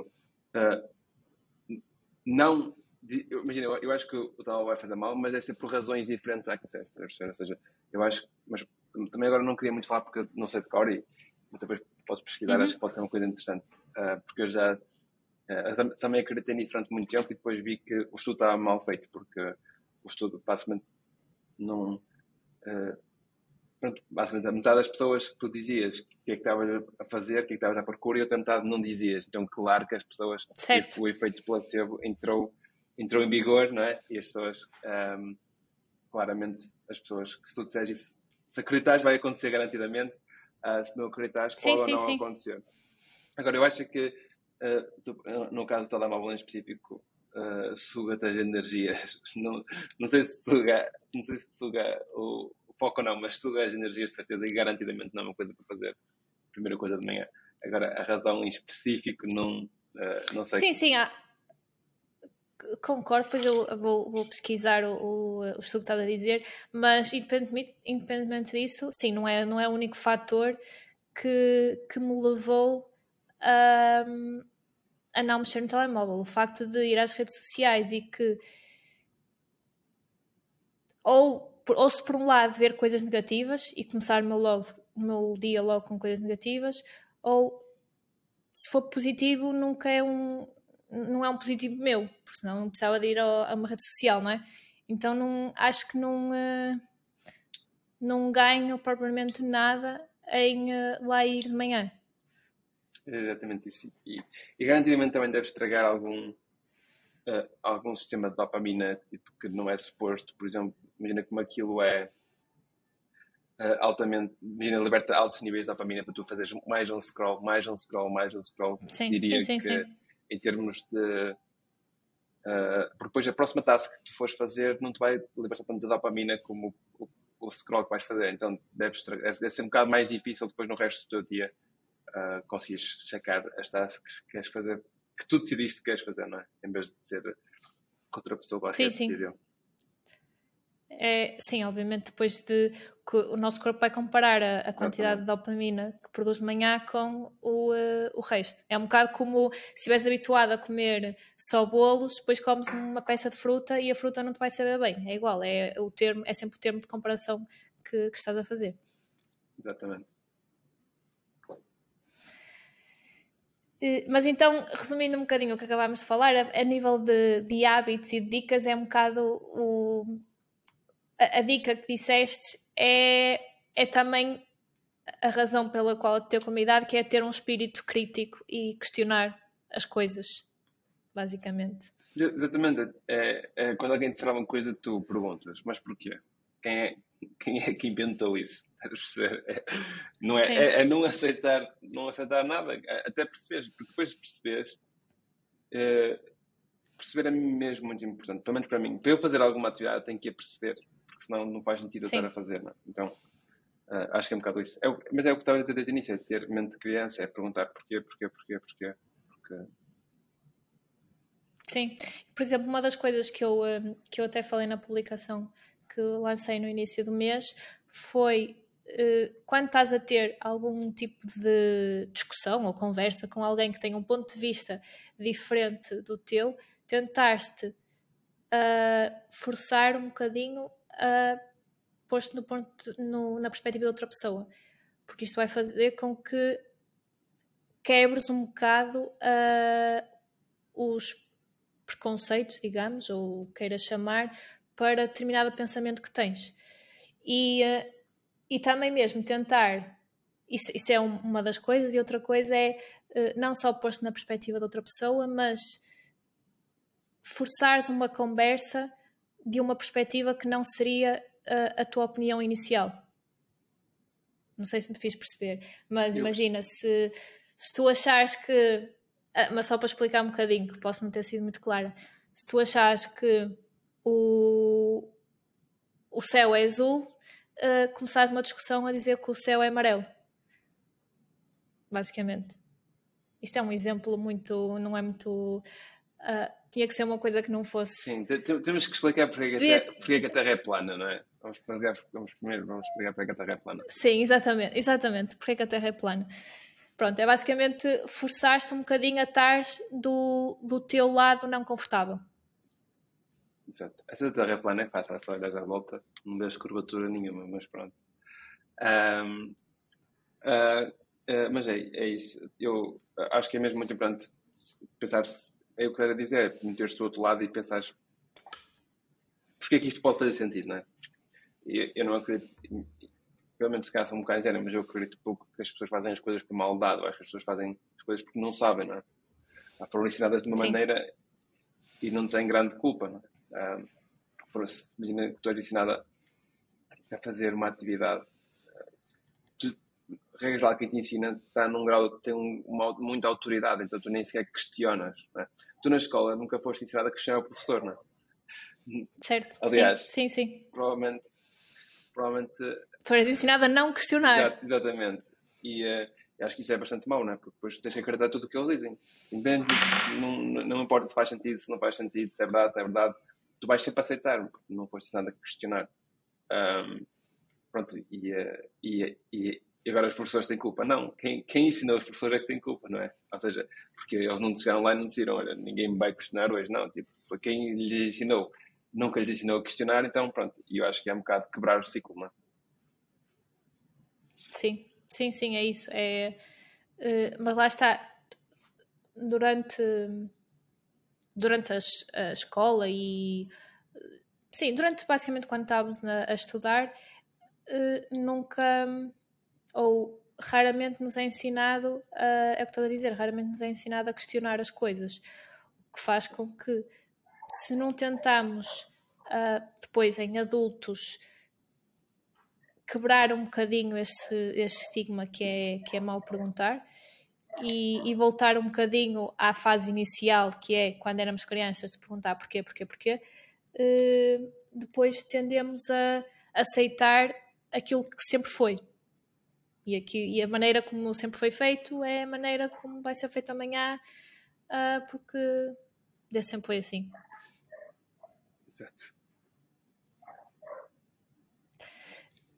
uh, não... Imagina, eu, eu acho que o tal vai fazer mal, mas é sempre por razões diferentes à que disseste. Ou seja, eu acho... Mas também agora não queria muito falar porque não sei de cor e muitas vezes podes pesquisar, uhum. Acho que pode ser uma coisa interessante. Uh, porque eu já... Uh, também acreditei nisso durante muito tempo e depois vi que o estudo estava mal feito, porque o estudo basicamente não... Uh, pronto, basicamente a metade das pessoas que tu dizias o que é que estavas a fazer, o que é que estavas à procura, e outra metade não dizias. Então, claro que as pessoas... Certo. O efeito placebo entrou, entrou em vigor, não é? E as pessoas... Um, claramente, as pessoas que se tu disseres isso, se acreditares vai acontecer garantidamente, uh, se não acreditares pode sim, ou não sim. acontecer. Agora, eu acho que Uh, no caso do telemóvel em específico, uh, suga-te as energias. Não, não sei se suga, não sei se suga o, o foco ou não, mas suga as energias de certeza, e garantidamente não é uma coisa para fazer primeira coisa de manhã. Agora, a razão em específico não, uh, não sei. Sim, sim, há... concordo, pois eu vou, vou pesquisar o, o, o estudo que estás a dizer, mas independentemente, independentemente disso, sim, não é, não é o único fator que, que me levou a... a não mexer no telemóvel. O facto de ir às redes sociais e que ou, ou se por um lado ver coisas negativas e começar o meu, logo, o meu dia logo com coisas negativas, ou se for positivo nunca é um não é um positivo meu, porque senão não precisava de ir a, a uma rede social, não é? Então não, acho que não uh, não ganho propriamente nada em uh, lá ir de manhã. É exatamente isso. E, e garantidamente também deve estragar algum, uh, algum sistema de dopamina, tipo, que não é suposto. Por exemplo, imagina como aquilo é uh, altamente... Imagina, liberta altos níveis de dopamina para tu fazeres mais um scroll, mais um scroll, mais um scroll. Sim, Diria sim, sim, que sim. em termos de... Uh, porque depois a próxima task que tu fores fazer não te vai libertar tanto de dopamina como o, o, o scroll que vais fazer. Então deve, estragar, deve ser um bocado mais difícil depois no resto do teu dia Uh, conseguires sacar as tasks que queres fazer, que tu decidiste que queres fazer, não é? Em vez de ser que outra pessoa qualquer sim, sim. decidiu. É, sim, obviamente, depois de que o nosso corpo vai comparar a, a quantidade de dopamina que produz de manhã com o, uh, o resto. É um bocado como se estiveres habituado a comer só bolos, depois comes uma peça de fruta e a fruta não te vai saber bem. É igual, é, o termo, é sempre o termo de comparação que, que estás a fazer. Exatamente. Mas então, resumindo um bocadinho o que acabámos de falar, a, a nível de, de hábitos e de dicas, é um bocado o, a, a dica que disseste é, é também a razão pela qual ter comunidade, que é ter um espírito crítico e questionar as coisas, basicamente. Exatamente. É, é, quando alguém disser alguma coisa, tu perguntas, mas porquê? Quem é, quem é que inventou isso? É, não é, é, é não aceitar, não aceitar nada, até perceberes, porque depois de perceberes, é, perceber é mesmo muito importante, pelo menos para mim. Para eu fazer alguma atividade, tenho que a perceber, porque senão não faz sentido eu estar a fazer, não é? Então, uh, acho que é um bocado isso. É o, mas é o que estava a dizer desde o início, é ter mente de criança, é perguntar porquê, porquê, porquê, porquê. porquê. Sim. Por exemplo, uma das coisas que eu, que eu até falei na publicação que lancei no início do mês foi uh, quando estás a ter algum tipo de discussão ou conversa com alguém que tem um ponto de vista diferente do teu, tentaste uh, forçar um bocadinho a pôr-te no ponto, no, na perspectiva de outra pessoa, porque isto vai fazer com que quebres um bocado uh, os preconceitos, digamos, ou queiras chamar, para determinado pensamento que tens. E, uh, e também mesmo tentar, isso, isso é um, uma das coisas, e outra coisa é uh, não só pôr-te na perspectiva de outra pessoa, mas forçares uma conversa de uma perspectiva que não seria a, a tua opinião inicial. Não sei se me fiz perceber, mas eu imagina, se, se tu achares que... Mas só para explicar um bocadinho, que posso não ter sido muito clara. Se tu achares que o, o céu é azul, uh, começares uma discussão a dizer que o céu é amarelo. Basicamente. Isto é um exemplo muito... Não é muito... Uh, tinha que ser uma coisa que não fosse... Sim, temos que explicar porque, Devia... que, a terra, porque que a Terra é plana, não é? Vamos, explicar, vamos primeiro vamos explicar porque que a Terra é plana. Sim, exatamente, exatamente, porque que a Terra é plana. Pronto, é basicamente forçar-se um bocadinho a estar do, do teu lado não confortável. Exato. Essa Terra é plana é fácil, é só olhar à volta, não vês curvatura nenhuma, mas pronto. Um, uh, uh, mas é, é isso. Eu acho que é mesmo muito importante pensar se é o que eu quero dizer, meter-se do outro lado e pensar porque é que isto pode fazer sentido, não é? Eu, eu não acredito, pelo menos se calhar sou um bocado ingênuo, mas eu acredito pouco que as pessoas fazem as coisas por maldade, ou acho que as pessoas fazem as coisas porque não sabem, não é? Foram ensinadas de uma Sim. maneira e não têm grande culpa, não é? Um, foram, imagina que tu és ensinada a fazer uma atividade, tu, regra geral, quem te ensina está num grau de ter um, uma, muita autoridade, então tu nem sequer questionas, não é? Tu na escola nunca foste ensinada a questionar o professor, não é? Certo, aliás, sim, sim, sim. provavelmente, provavelmente tu eres ensinado a não questionar. Exato, exatamente. E uh, acho que isso é bastante mau, não é? Porque depois tens que acreditar tudo o que eles dizem. Não, não, não importa se faz sentido, se não faz sentido, se é verdade, se é verdade. Tu vais sempre aceitar, porque não foste ensinado a questionar. Um, pronto, e, uh, e, e, e agora os professores têm culpa. Não, quem, quem ensinou os professores é que tem culpa, não é? Ou seja, porque eles não chegaram lá e não decidiram, olha, ninguém me vai questionar hoje, não. Tipo, foi quem lhes ensinou. Nunca lhes ensinou a questionar, então pronto. E eu acho que é um bocado quebrar o ciclo, não é? Sim, sim, sim, é isso. É, uh, mas lá está, durante, durante as, a escola e sim, durante basicamente quando estávamos na, a estudar, uh, nunca ou raramente nos é ensinado, a, é o que estás a dizer, raramente nos é ensinado a questionar as coisas, o que faz com que se não tentamos uh, depois em adultos quebrar um bocadinho esse, esse estigma que é, que é mau perguntar e, e voltar um bocadinho à fase inicial, que é quando éramos crianças, de perguntar porquê, porquê, porquê, uh, depois tendemos a aceitar aquilo que sempre foi. E, aqui, e a maneira como sempre foi feito é a maneira como vai ser feito amanhã, uh, porque desde sempre foi assim. Exato.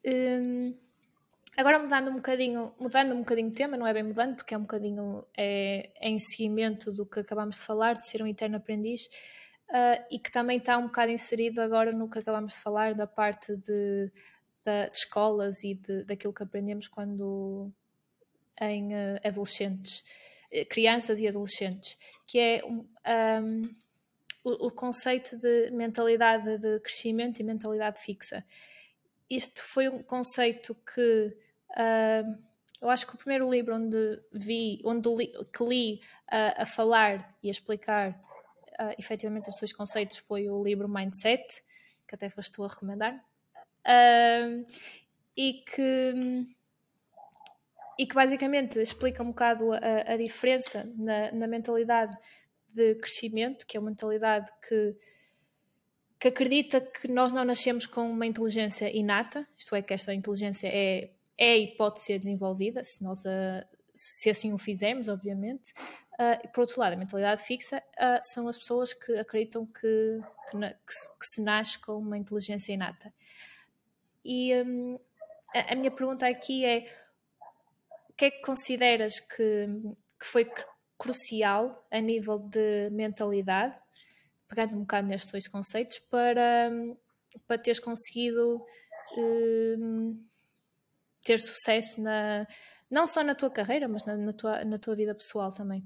Um, agora mudando um bocadinho, mudando um bocadinho de tema, não é bem mudando, porque é um bocadinho é, é em seguimento do que acabámos de falar, de ser um eterno aprendiz, uh, e que também está um bocado inserido agora no que acabámos de falar, da parte de, de, de escolas e de, daquilo que aprendemos quando em uh, adolescentes, crianças e adolescentes, que é um, um, o, o conceito de mentalidade de crescimento e mentalidade fixa. Isto foi um conceito que uh, eu acho que o primeiro livro onde vi, onde li, que li uh, a falar e a explicar uh, efetivamente estes dois conceitos foi o livro Mindset, que até foste tu a recomendar, uh, e que e que basicamente explica um bocado a, a diferença na, na mentalidade de crescimento, que é uma mentalidade que, que acredita que nós não nascemos com uma inteligência inata, isto é, que esta inteligência é, é e pode ser desenvolvida, se, nós a, se assim o fizermos, obviamente. Uh, e por outro lado, a mentalidade fixa uh, são as pessoas que acreditam que, que, na, que, se, que se nasce com uma inteligência inata. E um, a, a minha pergunta aqui é: o que é que consideras que, que foi crucial a nível de mentalidade, pegando um bocado nestes dois conceitos, para, para teres conseguido um, ter sucesso na, não só na tua carreira, mas na, na, tua, na tua vida pessoal também?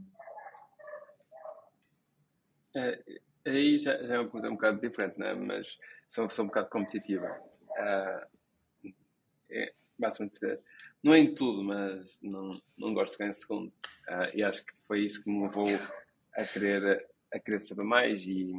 É, aí já, já é uma pergunta um bocado diferente, né? Mas sou, sou um bocado competitiva. Uh, é, basicamente, não é em tudo, mas não, não gosto de ganhar em segundo. Uh, e acho que foi isso que me levou a querer, a querer saber mais e,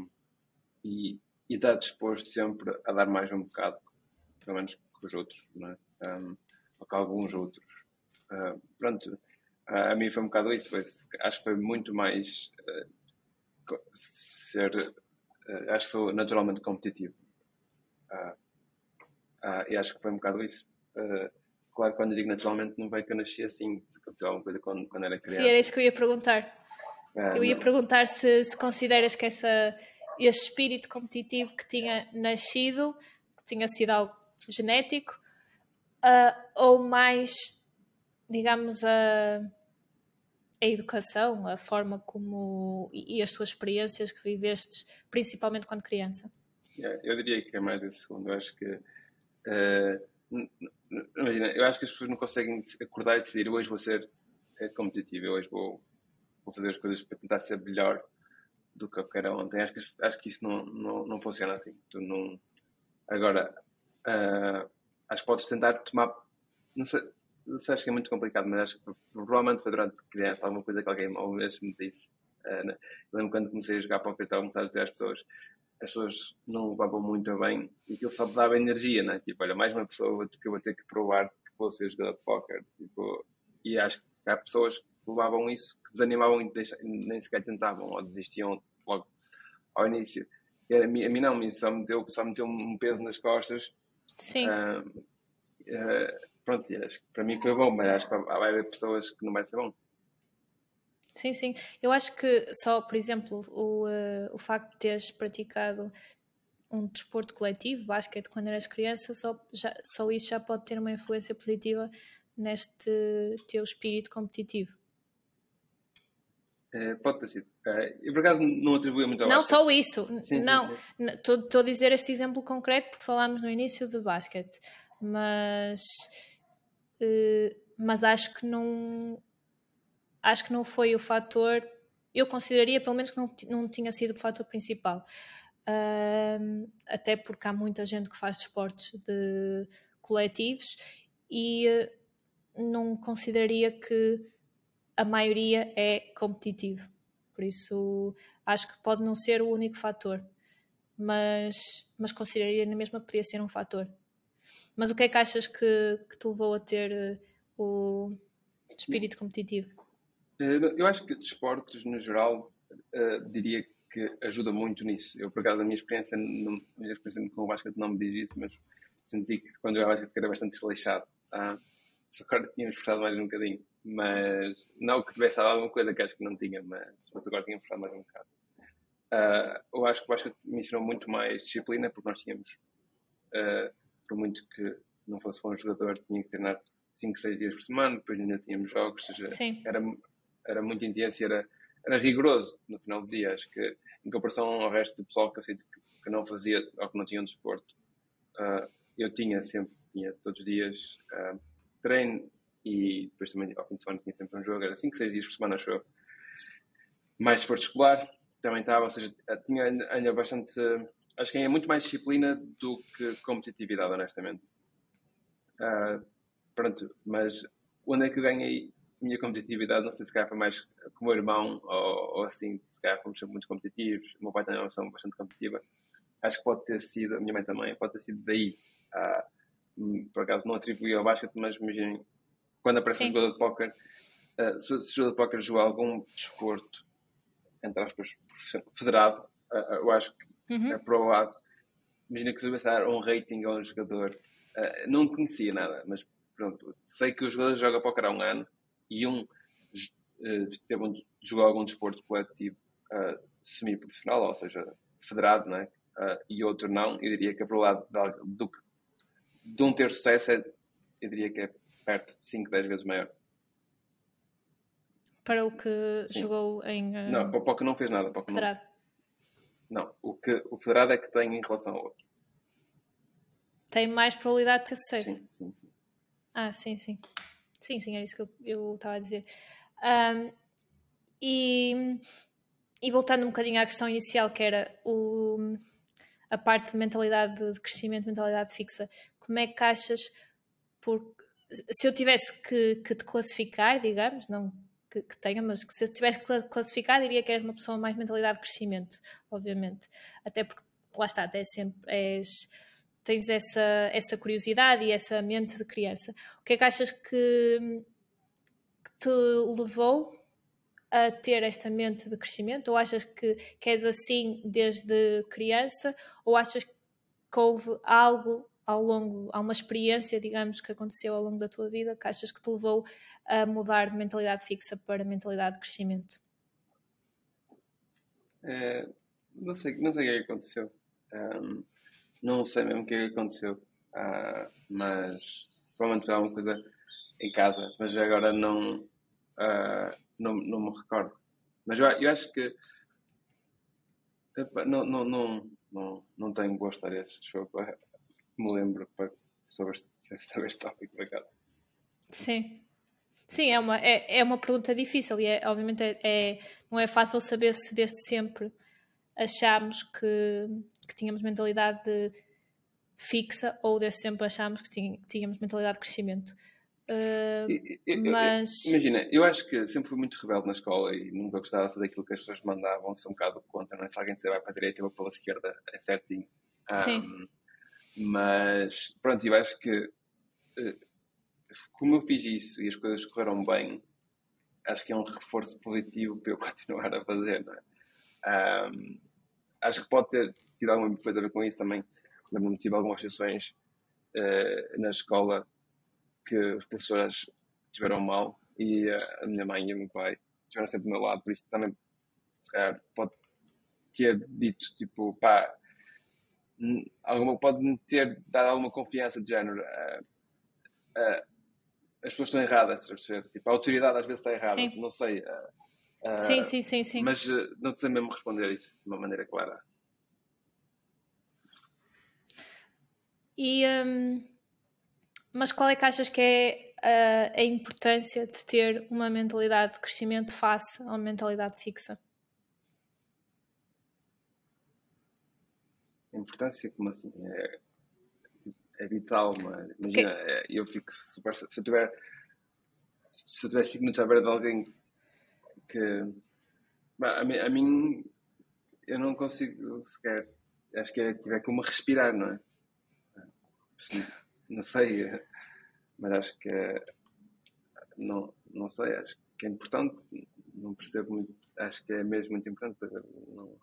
e, e estar disposto sempre a dar mais um bocado, pelo menos que os outros, não é? Um, ou que alguns outros. Uh, pronto, uh, a mim foi um bocado isso. Foi, acho que foi muito mais uh, ser. Uh, acho que sou naturalmente competitivo. Uh, uh, e acho que foi um bocado isso. Uh, Claro que quando eu digo naturalmente não vai que eu nasci assim, se aconteceu alguma coisa quando, quando era criança. Sim, era isso que eu ia perguntar. Ah, eu ia não. perguntar se, se consideras que essa, esse espírito competitivo que tinha nascido, que tinha sido algo genético, uh, ou mais, digamos, a, a educação, a forma como e, e as tuas experiências que vivestes, principalmente quando criança. Yeah, eu diria que é mais esse segundo. Eu acho que uh, imagina, eu acho que as pessoas não conseguem acordar e decidir hoje vou ser competitivo, hoje vou, vou fazer as coisas para tentar ser melhor do que eu era ontem. Acho que, acho que isso não, não, não funciona assim. Tu não... Agora, uh, acho que podes tentar tomar. Não sei, não sei, acho que é muito complicado, mas acho que foi, provavelmente foi durante criança alguma coisa que alguém uma vez me disse. Uh, né? Eu lembro quando comecei a jogar para o cartão, estava a dizer às pessoas. As pessoas não levavam muito bem e aquilo só me dava energia, né? Tipo, olha, mais uma pessoa que eu vou ter que provar que vou ser jogador de póquer. Tipo, e acho que há pessoas que levavam isso, que desanimavam e nem sequer tentavam ou desistiam logo ao início. E a, mim, a mim não, a mim só me deu, só me deu um peso nas costas. Sim. Uh, uh, pronto, e acho que para mim foi bom, mas acho que vai haver pessoas que não vai ser bom. Sim, sim. Eu acho que só, por exemplo, o, uh, o facto de teres praticado um desporto coletivo, basquete, quando eras criança, só, já, só isso já pode ter uma influência positiva neste teu espírito competitivo. Uh, pode ter sido. Uh, eu, por acaso, não atribuía muito ao Não basquete. só isso. Sim, não. Estou a dizer este exemplo concreto porque falámos no início de basquete. Mas... Uh, mas acho que não... Acho que não foi o fator... Eu consideraria, pelo menos, que não, não tinha sido o fator principal. Uh, até porque há muita gente que faz esportes de coletivos e uh, não consideraria que a maioria é competitivo. Por isso acho que pode não ser o único fator, mas, mas consideraria na mesma que podia ser um fator. Mas o que é que achas que, que te levou a ter uh, o espírito competitivo? Eu acho que desportos, no geral, uh, diria que ajuda muito nisso. Eu, por acaso, a minha experiência, não, a minha experiência com o basquete não me diz isso, mas senti que quando eu jogava basquete era bastante desleixado. Ah, se agora tínhamos esforçado mais um bocadinho. Mas não que tivesse dado alguma coisa que acho que não tinha, mas, mas agora tínhamos esforçado mais um bocado. Uh, eu acho que o basquete me ensinou muito mais disciplina, porque nós tínhamos, uh, por muito que não fosse bom jogador, tinha que treinar cinco, seis dias por semana, depois ainda tínhamos jogos, ou seja, Sim. era, era muito intenso e era, era rigoroso no final do dia. Acho que, em comparação ao resto do pessoal que eu sinto que, que não fazia ou que não tinha um desporto, uh, eu tinha sempre, tinha todos os dias uh, treino e depois também ao fim de semana tinha sempre um jogo, era cinco, seis dias por semana, acho eu. Mais desporto escolar também estava, ou seja, tinha ainda bastante, acho que é muito mais disciplina do que competitividade, honestamente. Uh, pronto, mas onde é que eu ganhei a minha competitividade? Não sei se calhar foi mais com o meu irmão ou, ou assim, se calhar fomos sempre muito competitivos. O meu pai também é uma pessoa bastante competitiva. Acho que pode ter sido, a minha mãe também, pode ter sido daí. Uh, por acaso não atribuí ao basquete, mas imaginem, quando aparece um jogador de póquer, uh, se o jogador de póquer joga algum desporto, entre aspas, federado, uh, eu acho que uhum. é provado. Imagina que se eu tivesse a dar um rating a um jogador, uh, não conhecia nada, mas pronto, sei que o jogador joga póquer há um ano e um uh, teve um, jogou algum desporto coletivo uh, semi-profissional, ou seja, federado, não é? Uh, e outro não. Eu diria que a probabilidade de, de, de um ter sucesso é, eu diria que é perto de cinco, dez vezes maior. Para o que Sim. jogou em... Uh, não, para o que não fez nada. Para o que federado. Não, não o, que, o federado é que tem em relação ao outro. Tem mais probabilidade de ter sucesso? Sim, sim, sim. Ah, sim, sim. Sim, sim, é isso que eu estava a dizer. Um, e, e voltando um bocadinho à questão inicial, que era o, a parte de mentalidade de crescimento, mentalidade fixa, como é que achas, por, se eu tivesse que, que te classificar, digamos, não que, que tenha, mas que se eu tivesse que classificar, diria que és uma pessoa mais mentalidade de crescimento, obviamente. Até porque, lá está, até sempre és... tens essa, essa curiosidade e essa mente de criança. O que é que achas que, que te levou a ter esta mente de crescimento? Ou achas que, que és assim desde criança? Ou achas que houve algo ao longo, há uma experiência, digamos, que aconteceu ao longo da tua vida que achas que te levou a mudar de mentalidade fixa para mentalidade de crescimento? É, não sei, não sei o que é que aconteceu. Um, não sei mesmo o que é que aconteceu. Uh, mas provavelmente foi alguma coisa em casa, mas agora não, uh, não, não me recordo. Mas eu, eu acho que epa, não, não, não, não, não tenho boas histórias, me lembro para, sobre, este, sobre este tópico por acaso. Sim. Sim, é uma, é, é uma pergunta difícil e é, obviamente é, é, não é fácil saber se desde sempre achámos que, que tínhamos mentalidade de fixa ou desde sempre achámos que tínhamos mentalidade de crescimento. Uh, eu, eu, mas... eu, imagina, eu acho que sempre fui muito rebelde na escola e nunca gostava de fazer aquilo que as pessoas mandavam, sou um bocado contra, não é? Se alguém disser vai para a direita ou para a esquerda, é certinho. Um, mas pronto, eu acho que uh, como eu fiz isso e as coisas correram bem, acho que é um reforço positivo para eu continuar a fazer, não é? Um, acho que pode ter tido alguma coisa a ver com isso também. Lembro-me tive algumas situações uh, na escola que os professores tiveram mal e uh, a minha mãe e o meu pai estiveram sempre do meu lado, por isso também se calhar pode ter dito tipo, pá, alguma, pode-me ter dado alguma confiança de género. Uh, uh, as pessoas estão erradas, tipo, a autoridade às vezes está errada, sim. não sei. Uh, sim, sim, sim, sim. Mas uh, não sei mesmo responder isso de uma maneira clara. E, um, mas qual é que achas que é a, a importância de ter uma mentalidade de crescimento face a uma mentalidade fixa? A importância, como assim? É, é vital, mas imagina, okay. é, eu fico super. Se eu tiver se eu tiver cinco minutos à beira de alguém que. Bah, a, mim, a mim eu não consigo sequer. Acho que é tiver como respirar, não é? Não sei, mas acho que é, não, não sei, acho que é importante, não percebo muito, acho que é mesmo muito importante. Não...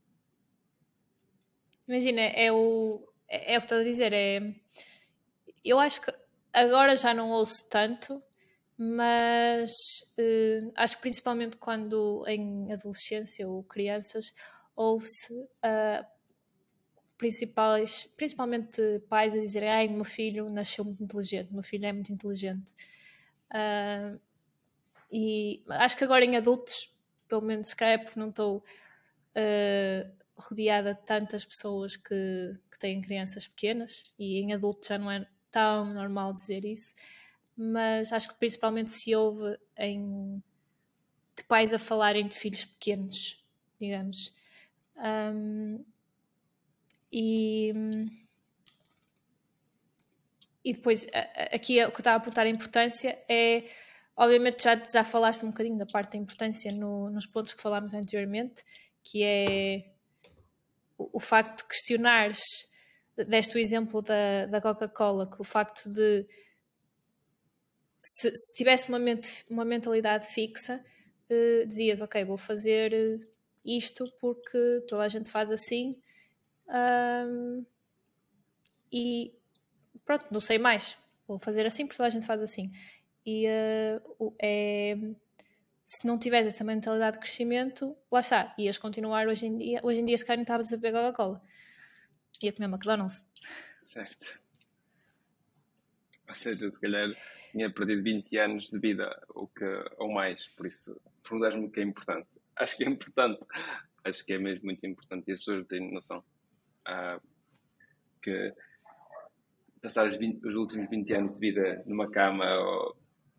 Imagina, é o, é, é o que estás a dizer, é, eu acho que agora já não ouço tanto, mas uh, acho que principalmente quando em adolescência ou crianças ouve-se uh, principais, principalmente pais a dizerem: ai, meu filho nasceu muito inteligente, meu filho é muito inteligente. Uh, e acho que agora em adultos, pelo menos se calhar porque não estou uh, rodeada de tantas pessoas que, que têm crianças pequenas, e em adultos já não é tão normal dizer isso, mas acho que principalmente se ouve em, de pais a falarem de filhos pequenos, digamos. Um, e, e depois aqui o que eu estava a apontar a importância é, obviamente já, já falaste um bocadinho da parte da importância no, nos pontos que falámos anteriormente, que é o, o facto de questionares, deste o exemplo da, da Coca-Cola, que o facto de se, se tivesse uma, mente, uma mentalidade fixa, uh, dizias, ok, vou fazer isto porque toda a gente faz assim, um, e pronto, não sei mais, vou fazer assim porque toda a gente faz assim. E uh, é, se não tivesse essa mentalidade de crescimento, lá está, ias continuar hoje em dia, hoje em dia se calhar não estavas a beber Coca-Cola, ia comer McDonald's. Certo. Ou seja, se calhar tinha perdido vinte anos de vida ou, que, ou mais, por isso perguntas-me o que é importante. Acho que é importante, acho que é mesmo muito importante, e as pessoas têm noção uh, que passar os, vinte, os últimos vinte anos de vida numa cama ou,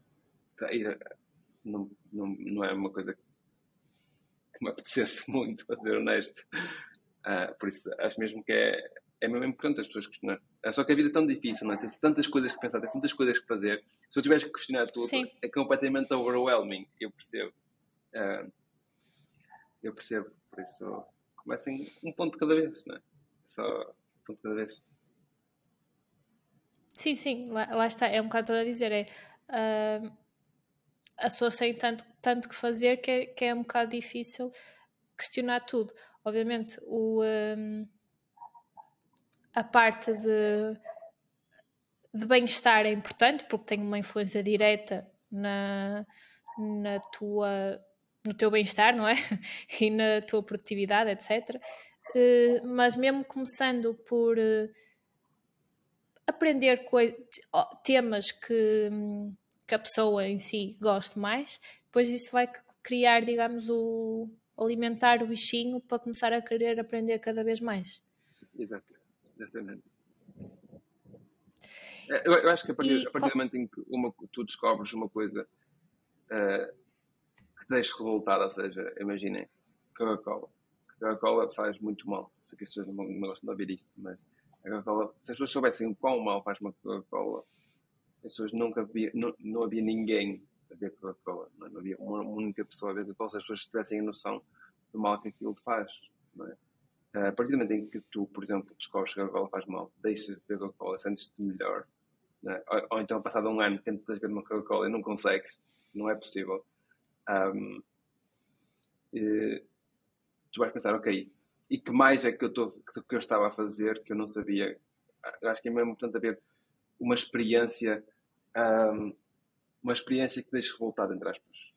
não, não, não é uma coisa que me apetecesse muito, para ser honesto. Uh, por isso acho mesmo que é, é mesmo importante as pessoas questionar. É só que a vida é tão difícil, não é? Tem tantas coisas que pensar, tem tantas coisas que fazer. Se eu tivesse que questionar tudo, Sim. é completamente overwhelming. Eu percebo. Uh, eu percebo. Por isso, comecem um ponto de cada vez, não é? Só um ponto de cada vez. Sim, sim, lá, lá está. É um bocado a dizer. É, uh, as pessoas têm tanto, tanto que fazer que é, que é um bocado difícil questionar tudo. Obviamente, o, um, a parte de, de bem-estar é importante porque tem uma influência direta na, na tua, no teu bem-estar, não é? E na tua produtividade, etcétera. Uh, mas mesmo começando por uh, aprender temas que, que a pessoa em si goste mais, depois isso vai criar, digamos, o alimentar o bichinho para começar a querer aprender cada vez mais. Exato, exatamente. Eu, eu acho que a partir, e, a partir do momento em que uma, tu descobres uma coisa uh, que te deixe revoltada, ou seja, imaginem, Coca-Cola. Coca-Cola faz muito mal. Sei que as pessoas não, não gostam de ouvir isto, mas a Coca-Cola, se as pessoas soubessem o quão mal faz uma Coca-Cola, as pessoas nunca havia, não, não havia ninguém a ver Coca-Cola. Não, é? Não havia uma única pessoa a ver Coca-Cola se as pessoas tivessem a noção do mal que aquilo faz. Não é? A partir do momento em que tu, por exemplo, descobres que a Coca-Cola faz mal, deixas de beber Coca-Cola, sentes-te melhor, é? ou, ou então, passado um ano, tentas beber uma Coca-Cola e não consegues, não é possível. Um, e, tu vais pensar, ok, e que mais é que eu, tô, que eu estava a fazer que eu não sabia? Eu acho que é mesmo importante haver uma experiência, um, uma experiência que deixe revoltado, entre aspas.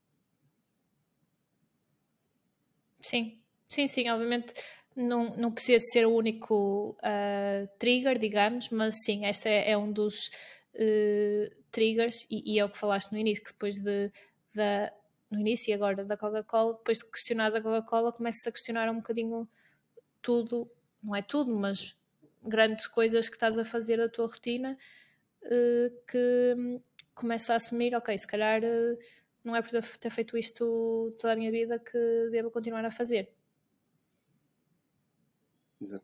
Sim, sim, sim, obviamente não, não precisa de ser o único uh, trigger, digamos, mas sim, este é, é um dos uh, triggers, e, e é o que falaste no início, que depois de, de no início e agora da Coca-Cola, depois de questionares a Coca-Cola, começas a questionar um bocadinho tudo, não é tudo, mas grandes coisas que estás a fazer da tua rotina, uh, que começa a assumir, ok, se calhar uh, não é por ter feito isto toda a minha vida que devo continuar a fazer. Exato.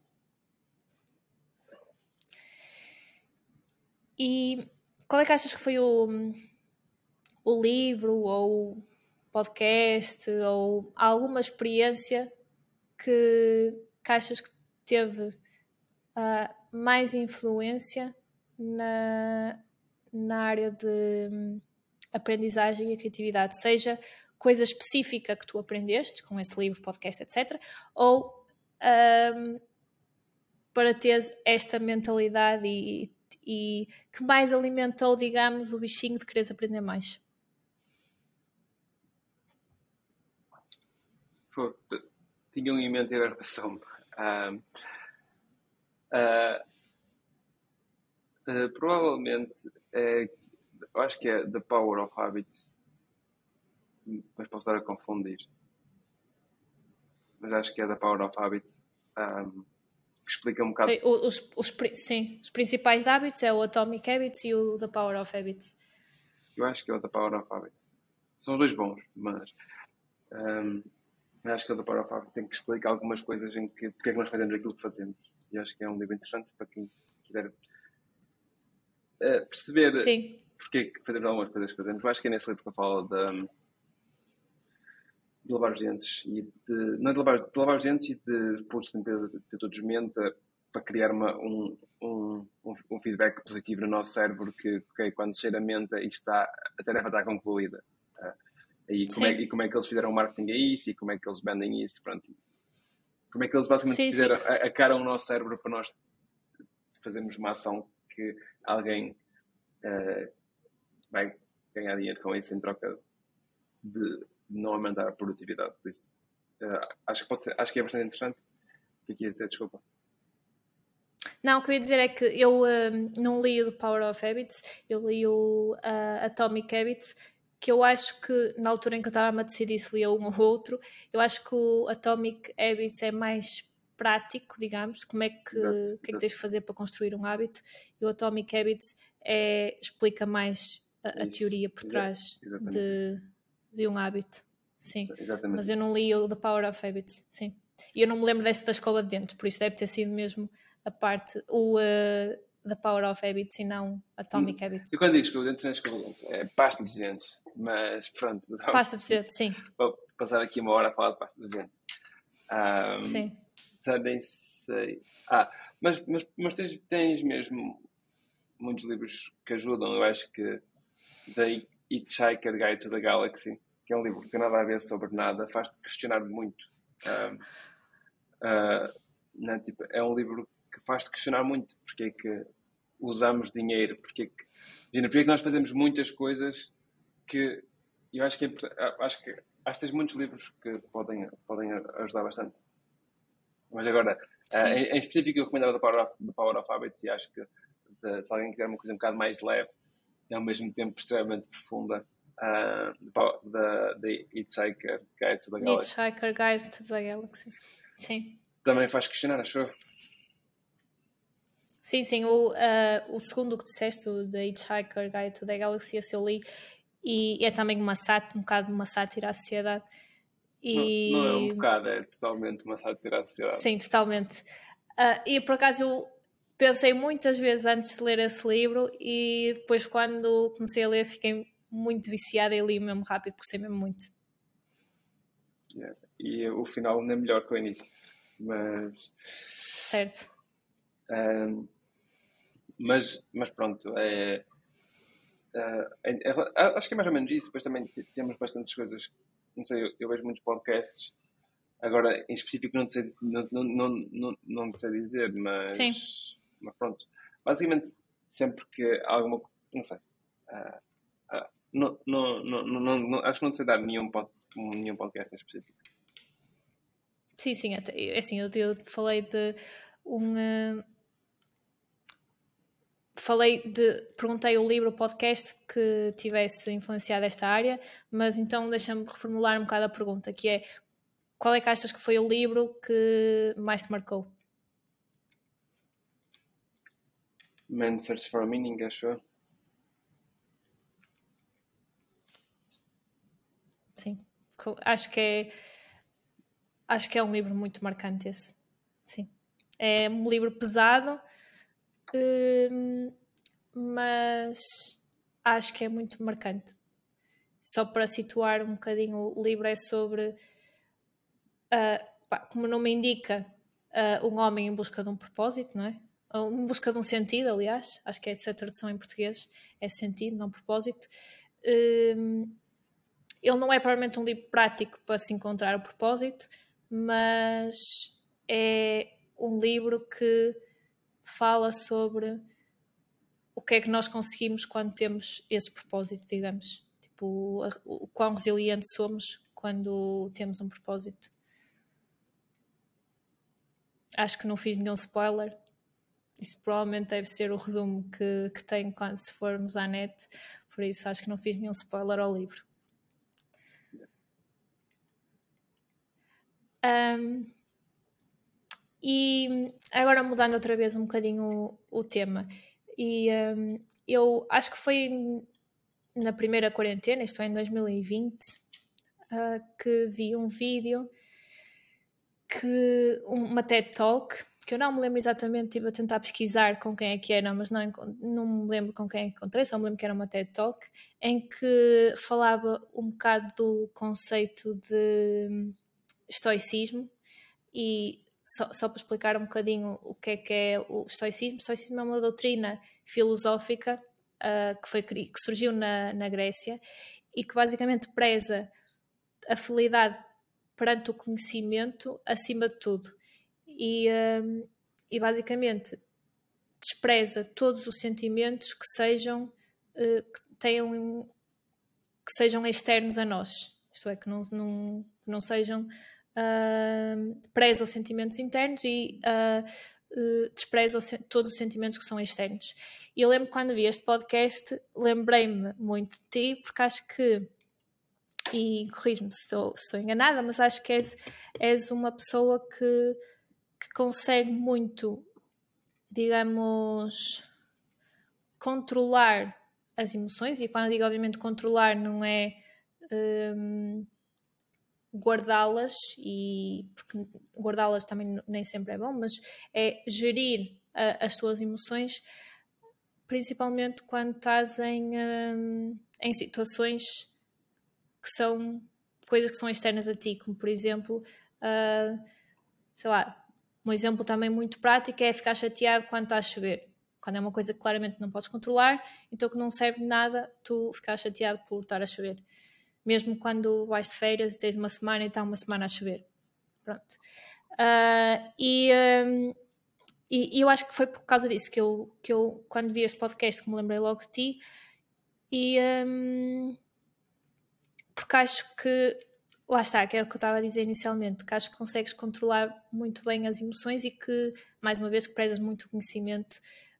E qual é que achas que foi o, o livro ou podcast ou alguma experiência que, que achas que teve uh, mais influência na, na área de aprendizagem e criatividade, seja coisa específica que tu aprendeste com esse livro, podcast, etcétera, ou um, para teres esta mentalidade e, e que mais alimentou, digamos, o bichinho de quereres aprender mais? Pô, tinham em mente a gravação. Um, Uh, uh, provavelmente, é, eu acho que é The Power of Habits, mas posso estar a confundir. Mas acho que é The Power of Habits, um, que explica um bocado... Os, os, sim, os principais hábitos é o Atomic Habits e o The Power of Habits. Eu acho que é o The Power of Habits. São os dois bons, mas... Um, acho que o The Power of Habits tem que explicar algumas coisas em que porque é que nós fazemos aquilo que fazemos. E acho que é um livro interessante para quem quiser uh, perceber Sim. porque é que fazemos algumas coisas que fazemos. Eu acho que é nesse livro que eu falo de, de lavar os dentes e de, não é de lavar, de lavar os dentes e de pontos de limpeza de, de todos os momentos para criar uma, um, um, um feedback positivo no nosso cérebro que okay, quando cheira a menta isto está, a tarefa está concluída. Uh, E como, é, e como é que eles fizeram o marketing a isso e como é que eles vendem isso, pronto. Como é que eles basicamente sim, fizeram sim. A, a cara ao nosso cérebro para nós fazermos uma ação que alguém uh, vai ganhar dinheiro com isso em troca de não aumentar a produtividade. Por isso, uh, acho, que pode ser, acho que é bastante interessante. O que é que ias dizer? Desculpa. Não, o que eu ia dizer é que eu um, não li o The Power of Habits, eu li o uh, Atomic Habits, que eu acho que na altura em que eu estava a decidir se lia um ou outro, eu acho que o Atomic Habits é mais prático, digamos, como é que, exato, que é que tens que fazer para construir um hábito, e o Atomic Habits é, explica mais a, a teoria por trás de, de um hábito. Sim, exatamente mas eu não li o The Power of Habits, sim. E eu não me lembro desse da escola de dentro, por isso deve ter sido mesmo a parte, o uh, The Power of Habits e não Atomic hum. Habits. E quando digo escova de dentes, não é escova de dentes, é pasta de dentes, mas pronto. Pasta de dentes, sim. Vou passar aqui uma hora a falar de pasta de dentes. Um, sim. Já nem sei. Ah, mas, mas, mas tens, tens mesmo muitos livros que ajudam, eu acho que The Hitchhiker Guide to the Galaxy, que é um livro que tem nada a ver sobre nada, faz-te questionar muito. Um, uh, não, tipo, é um livro que faz-te questionar muito porque é que usamos dinheiro, porque é que, imagina, porque é que nós fazemos muitas coisas que eu acho que, é, acho que acho que tens muitos livros que podem, podem ajudar bastante. Mas agora, uh, em, em específico eu recomendava The Power of, The Power of Habits e acho que de, se alguém quiser uma coisa um bocado mais leve e ao mesmo tempo extremamente profunda, uh, The, the Hitchhiker Guide to the Galaxy. Hitchhiker Guide to the Galaxy, sim. Também faz questionar, achou? Sim, sim, o, uh, o segundo que disseste, o The Hitchhiker Guide to the Galaxy, esse eu li, e é também uma sátira, um bocado uma sátira à sociedade. E... Não, não é um bocado, é totalmente uma sátira à sociedade. Sim, totalmente. Uh, e por acaso eu pensei muitas vezes antes de ler esse livro e depois quando comecei a ler fiquei muito viciada e li mesmo rápido, gostei mesmo muito. Yeah. E o final não é melhor que o início, mas... Certo. Um, mas, mas pronto, é, é, é, é, acho que é mais ou menos isso. Depois também temos bastantes coisas, não sei, eu, eu vejo muitos podcasts, agora em específico não sei, não, não, não, não, não sei dizer, mas, Sim. mas pronto, basicamente sempre que alguma, não sei, uh, uh, não, não, não, não, não, acho que não sei dar nenhum, pod, nenhum podcast em específico. Sim, sim, até, assim, eu, eu falei de um... Uh... Falei de, perguntei o livro, o podcast que tivesse influenciado esta área, mas então deixa-me reformular um bocado a pergunta, que é, qual é que achas que foi o livro que mais te marcou? Man's Search for a Meaning, acho eu. Sim, acho que é acho que é um livro muito marcante esse, sim. É um livro pesado, hum, mas acho que é muito marcante. Só para situar um bocadinho, o livro é sobre, uh, pá, como o nome indica, uh, um homem em busca de um propósito, não é? Em busca de um sentido, aliás, acho que é essa a tradução em português, é sentido, não propósito. Um, ele não é provavelmente um livro prático para se encontrar o propósito, mas é um livro que fala sobre o que é que nós conseguimos quando temos esse propósito, digamos. Tipo, o quão resilientes somos quando temos um propósito. Acho que não fiz nenhum spoiler. isso provavelmente deve ser o resumo que, que tenho quando se formos à net, por isso acho que não fiz nenhum spoiler ao livro. Um, e agora mudando outra vez um bocadinho o, o tema, e um, eu acho que foi na primeira quarentena, isto é em dois mil e vinte, uh, que vi um vídeo, que, uma TED Talk, que eu não me lembro exatamente, estive a tentar pesquisar com quem é que era, mas não, não me lembro com quem é que encontrei, só me lembro que era uma TED Talk, em que falava um bocado do conceito de estoicismo. E só, só para explicar um bocadinho o que é que é o estoicismo, o estoicismo é uma doutrina filosófica uh, que, foi, que surgiu na, na Grécia e que basicamente preza a fidelidade perante o conhecimento acima de tudo. E, um, e basicamente despreza todos os sentimentos que sejam, uh, que tenham, que sejam externos a nós. Isto é, que não, não, não sejam... Uh, preza os sentimentos internos e uh, uh, despreza os, todos os sentimentos que são externos. E eu lembro quando vi este podcast, lembrei-me muito de ti, porque acho que, e corrijo-me se estou, se estou enganada, mas acho que és, és uma pessoa que, que consegue muito, digamos, controlar as emoções, e quando digo obviamente controlar não é um, guardá-las, e porque guardá-las também nem sempre é bom, mas é gerir uh, as tuas emoções, principalmente quando estás em, um, em situações que são coisas que são externas a ti, como por exemplo, uh, sei lá, um exemplo também muito prático é ficar chateado quando está a chover, quando é uma coisa que claramente não podes controlar, então que não serve de nada tu ficar chateado por estar a chover. Mesmo quando vais de férias e tens uma semana e está uma semana a chover. Pronto. Uh, e, um, e, e eu acho que foi por causa disso que eu, que eu quando vi este podcast, que me lembrei logo de ti, e um, porque acho que, lá está, que é o que eu estava a dizer inicialmente, que acho que consegues controlar muito bem as emoções e que, mais uma vez, que prezas muito o conhecimento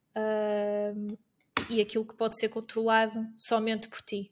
uh, e aquilo que pode ser controlado somente por ti.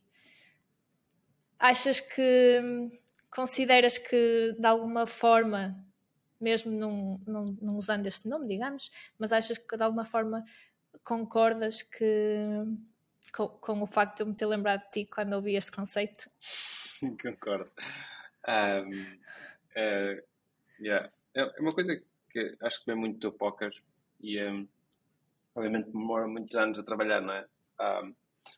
Achas que, consideras que de alguma forma, mesmo não, não, não usando este nome, digamos, mas achas que de alguma forma concordas que, com, com o facto de eu me ter lembrado de ti quando ouvi este conceito? Concordo. Um, uh, yeah. É uma coisa que acho que vem muito do póquer e um, obviamente demora muitos anos a trabalhar, não é? Um,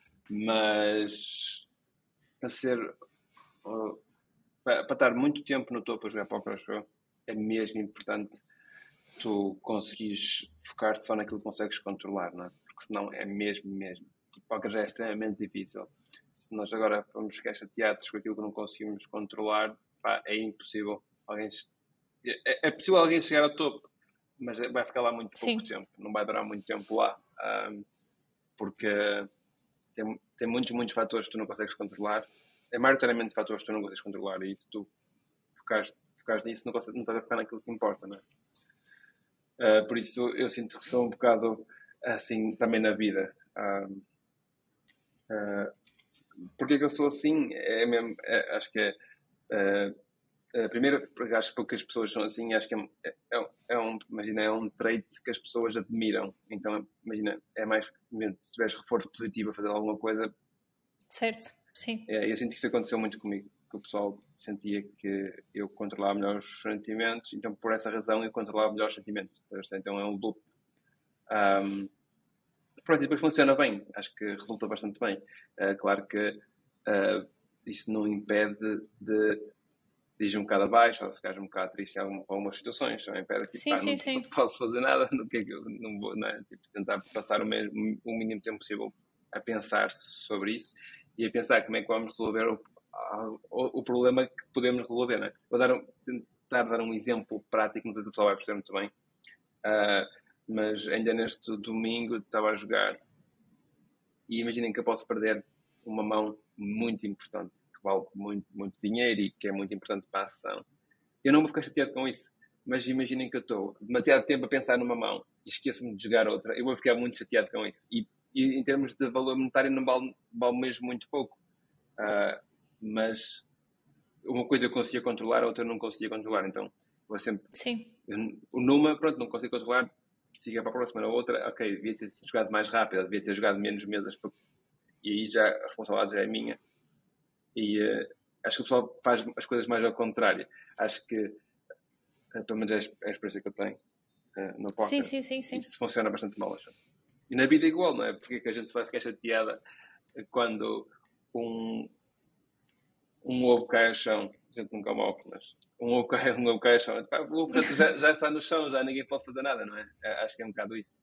mas para ser uh, para, para estar muito tempo no topo a jogar póquer, acho eu, é mesmo importante tu conseguires focar-te só naquilo que consegues controlar, não é? Porque senão é mesmo, mesmo. O póquer já é extremamente difícil. Se nós agora vamos ficar chateados com aquilo que não conseguimos controlar, pá, é impossível. Alguém, é, é possível alguém chegar ao topo, mas vai ficar lá muito pouco Sim. tempo. Não vai durar muito tempo lá. Um, porque tem, tem muitos, muitos fatores que tu não consegues controlar. É maioritariamente fatores que tu não consegues controlar. E se tu focares, focares nisso, não, consegues, não estás a focar naquilo que importa, não é? Uh, por isso eu sinto que sou um bocado assim também na vida. Uh, uh, Porquê que eu sou assim? É mesmo, é, acho que é uh, uh, primeiro porque acho que poucas pessoas são assim. Acho que é, é, é um, imagina, é um trait que as pessoas admiram. Então imagina, é mais se tiveres reforço positivo a fazer alguma coisa. Certo, sim. É, eu sinto que isso aconteceu muito comigo, que o pessoal sentia que eu controlava melhor os sentimentos, então por essa razão eu controlava melhor os sentimentos. Então é um loop. Um, pronto, e depois funciona bem, acho que resulta bastante bem. Uh, claro que uh, isso não impede de, de ir um bocado abaixo ou de ficar um bocado triste em algumas, algumas situações, não impede que tipo, sim, pá, sim, não, sim. não posso fazer nada, não, que eu não vou, não é? Tipo, tentar passar o, mesmo, o mínimo tempo possível a pensar sobre isso e a pensar como é que vamos resolver o, o, o problema que podemos resolver, não é? Vou dar um, tentar dar um exemplo prático, não sei se a pessoa vai perceber muito bem, uh, mas ainda neste domingo estava a jogar e imaginem que eu posso perder uma mão muito importante, que vale muito, muito dinheiro e que é muito importante para a ação. Eu não vou ficar chateado com isso, mas imaginem que eu estou demasiado tempo a pensar numa mão e esqueço-me de jogar outra, eu vou ficar muito chateado com isso. E, e em termos de valor monetário não vale, vale mesmo muito pouco. Uh, mas uma coisa eu conseguia controlar, a outra eu não conseguia controlar. Então, vou sempre... Sim. O numa, pronto, não consigo controlar, siga para a próxima. Na outra, ok, devia ter jogado mais rápido, devia ter jogado menos mesas, e aí já a responsabilidade já é minha. E uh, acho que o pessoal faz as coisas mais ao contrário. Acho que, uh, pelo menos é a experiência que eu tenho uh, no póquer. Sim, sim, sim, sim. Isso funciona bastante mal, acho. E na vida é igual, não é? Porque é que a gente vai ficar chateada quando um, um ovo cai ao chão? A gente nunca come ovo, mas um ovo cai, um ovo cai ao chão. O ovo já, já está no chão, já ninguém pode fazer nada, não é? Acho que é um bocado isso.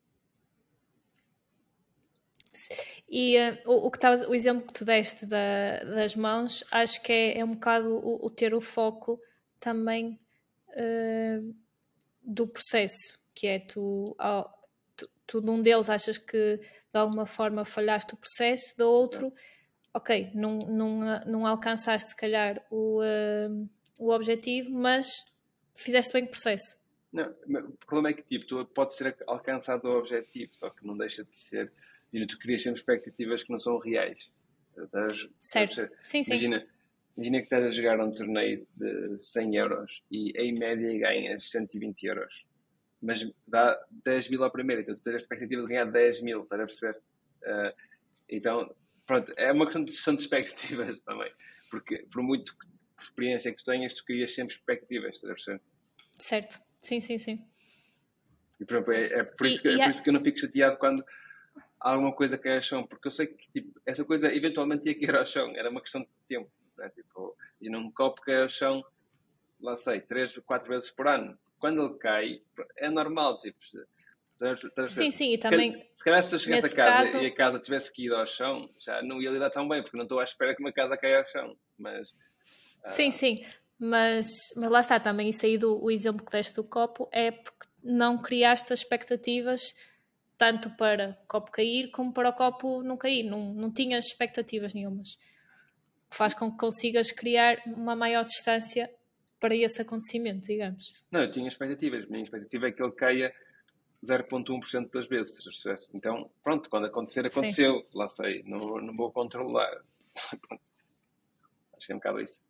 E uh, o, o, que tavas, o exemplo que tu deste da, das mãos, acho que é, é um bocado o, o ter o foco também uh, do processo, que é tu, oh, tu, tu num deles achas que de alguma forma falhaste o processo, do outro, é. ok, não, não, não alcançaste se calhar o, uh, o objetivo, mas fizeste bem o processo. Não, o problema é que tipo, tu pode ser alcançado o objetivo, só que não deixa de ser... E tu crias sempre expectativas que não são reais. Estás, certo, estás sim, sim. Imagina, imagina que estás a jogar um torneio de cem euros e em média ganhas cento e vinte euros. Mas dá dez mil à primeira, então tu tens a expectativa de ganhar dez mil, estás a perceber? Uh, então, pronto, é uma questão de gestão de expectativas também. Porque por muito por experiência que tu tenhas, tu crias sempre expectativas, estás a perceber? Certo, sim, sim, sim. E por, exemplo, é, é, por, isso que, é por isso que eu não fico chateado quando alguma coisa cai ao chão, porque eu sei que tipo, essa coisa eventualmente ia cair ao chão, era uma questão de tempo, né? Tipo, e num copo cai ao chão, lá sei, três, quatro vezes por ano. Quando ele cai, é normal, tipo, sim, sim, e se também calhar, se calhar se eu chegasse a casa caso... e a casa tivesse caído ao chão, já não ia lidar tão bem, porque não estou à espera que uma casa caia ao chão, mas... Sim, ah... sim, mas, mas lá está, também isso aí do o exemplo que deste do copo é porque não criaste as expectativas tanto para o copo cair como para o copo não cair, não, não tinhas expectativas nenhumas, o que faz com que consigas criar uma maior distância para esse acontecimento, digamos. Não, eu tinha expectativas, a minha expectativa é que ele caia zero vírgula um por cento das vezes, então pronto, quando acontecer, aconteceu, sim. Lá sei, não, não vou controlar. Acho que é um bocado isso.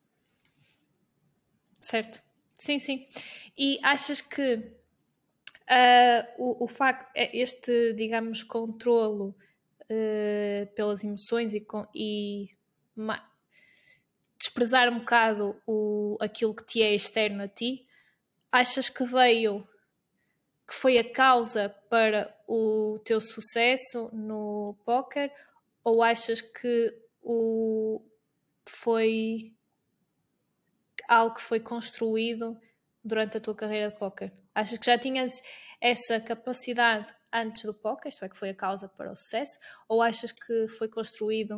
Certo, sim, sim. E achas que uh, o, o facto, este, digamos, controlo uh, pelas emoções e, com, e ma, desprezar um bocado o, aquilo que te é externo a ti, achas que veio, que foi a causa para o teu sucesso no póquer, ou achas que o, foi algo que foi construído durante a tua carreira de póquer? Achas que já tinhas essa capacidade antes do póquer, isto é, que foi a causa para o sucesso, ou achas que foi construído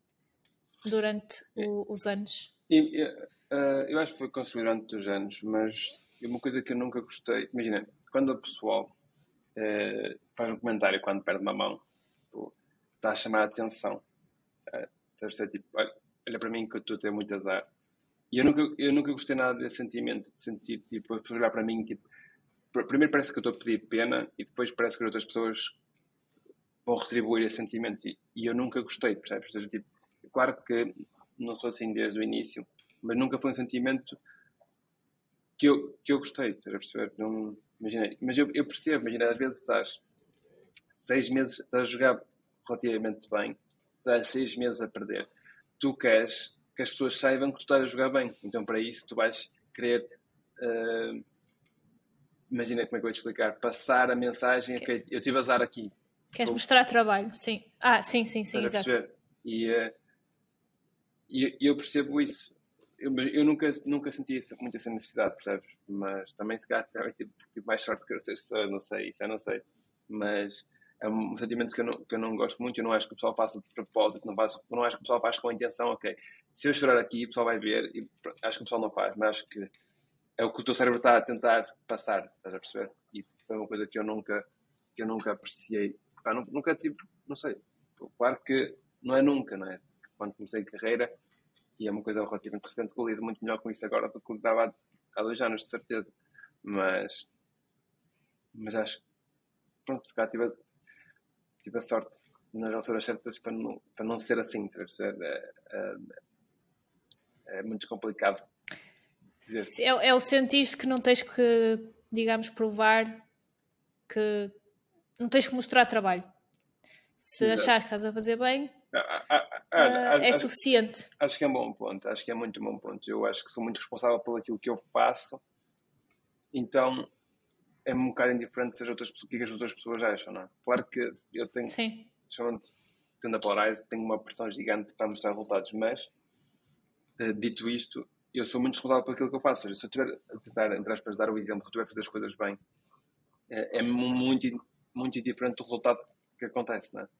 durante o, os anos? Eu, uh, eu acho que foi construído durante os anos, mas uma coisa que eu nunca gostei, imagina, quando o pessoal uh, faz um comentário quando perde uma mão, tipo, está a chamar a atenção, uh, deve ser tipo, olha, olha para mim que eu estou a ter muito azar. E eu nunca, eu nunca gostei nada desse sentimento, de sentir, tipo, a pessoa olhar para mim, tipo, primeiro parece que eu estou a pedir pena e depois parece que outras pessoas vão retribuir esse sentimento. E, e eu nunca gostei, percebes? Ou seja, tipo, claro que não sou assim desde o início, mas nunca foi um sentimento que eu, que eu gostei, estás a perceber? Não, imaginei, mas eu, eu percebo, imagina, às vezes estás seis meses estás a jogar relativamente bem, estás seis meses a perder. Tu queres que as pessoas saibam que tu estás a jogar bem. Então, para isso, tu vais querer... Uh, imagina como é que eu vou te explicar. Passar a mensagem... Que... Okay, eu tive azar aqui. Queres Sou... mostrar trabalho, sim. Ah, sim, sim, sim, estás exato. A perceber? E uh, eu, eu percebo isso. Eu, eu nunca, nunca senti essa, muito essa necessidade, percebes? Mas também, se calhar, tive, tive mais sorte que outras pessoas, não sei. Isso eu não sei. Mas... é um sentimento que eu, não, que eu não gosto muito. Eu não acho que o pessoal faça de propósito, não, faço, não acho que o pessoal faz com a intenção, ok, se eu chorar aqui o pessoal vai ver, e acho que o pessoal não faz, mas acho que é o que o teu cérebro está a tentar passar, estás a perceber? E foi uma coisa que eu nunca, que eu nunca apreciei. Pá, nunca tive, não sei, claro que não é nunca, não é? Quando comecei a carreira, e é uma coisa relativamente recente, que eu lido muito melhor com isso agora do que lidava há, há dois anos, de certeza, mas, mas acho que pronto, se calhar tive, a- tive a sorte nas alturas certas para não, para não ser assim. É, é, é muito complicado dizer. É, é o sentir que não tens que, digamos, provar, que não tens que mostrar trabalho. Se Exato. achares que estás a fazer bem, Ah, ah, ah, uh, é acho, suficiente. Acho que é um bom ponto, acho que é muito bom ponto. Eu acho que sou muito responsável pelo aquilo que eu faço, então é um bocado indiferente se as outras pessoas, o que as outras pessoas acham, não é? Claro que eu tenho, Sim. tendo a Polarize, tenho uma pressão gigante para mostrar resultados, mas dito isto, eu sou muito responsável por aquilo que eu faço. Ou seja, se eu estiver a tentar, entre aspas, dar o exemplo, se eu estiver a fazer as coisas bem, é, é muito, muito indiferente do resultado que acontece, não é?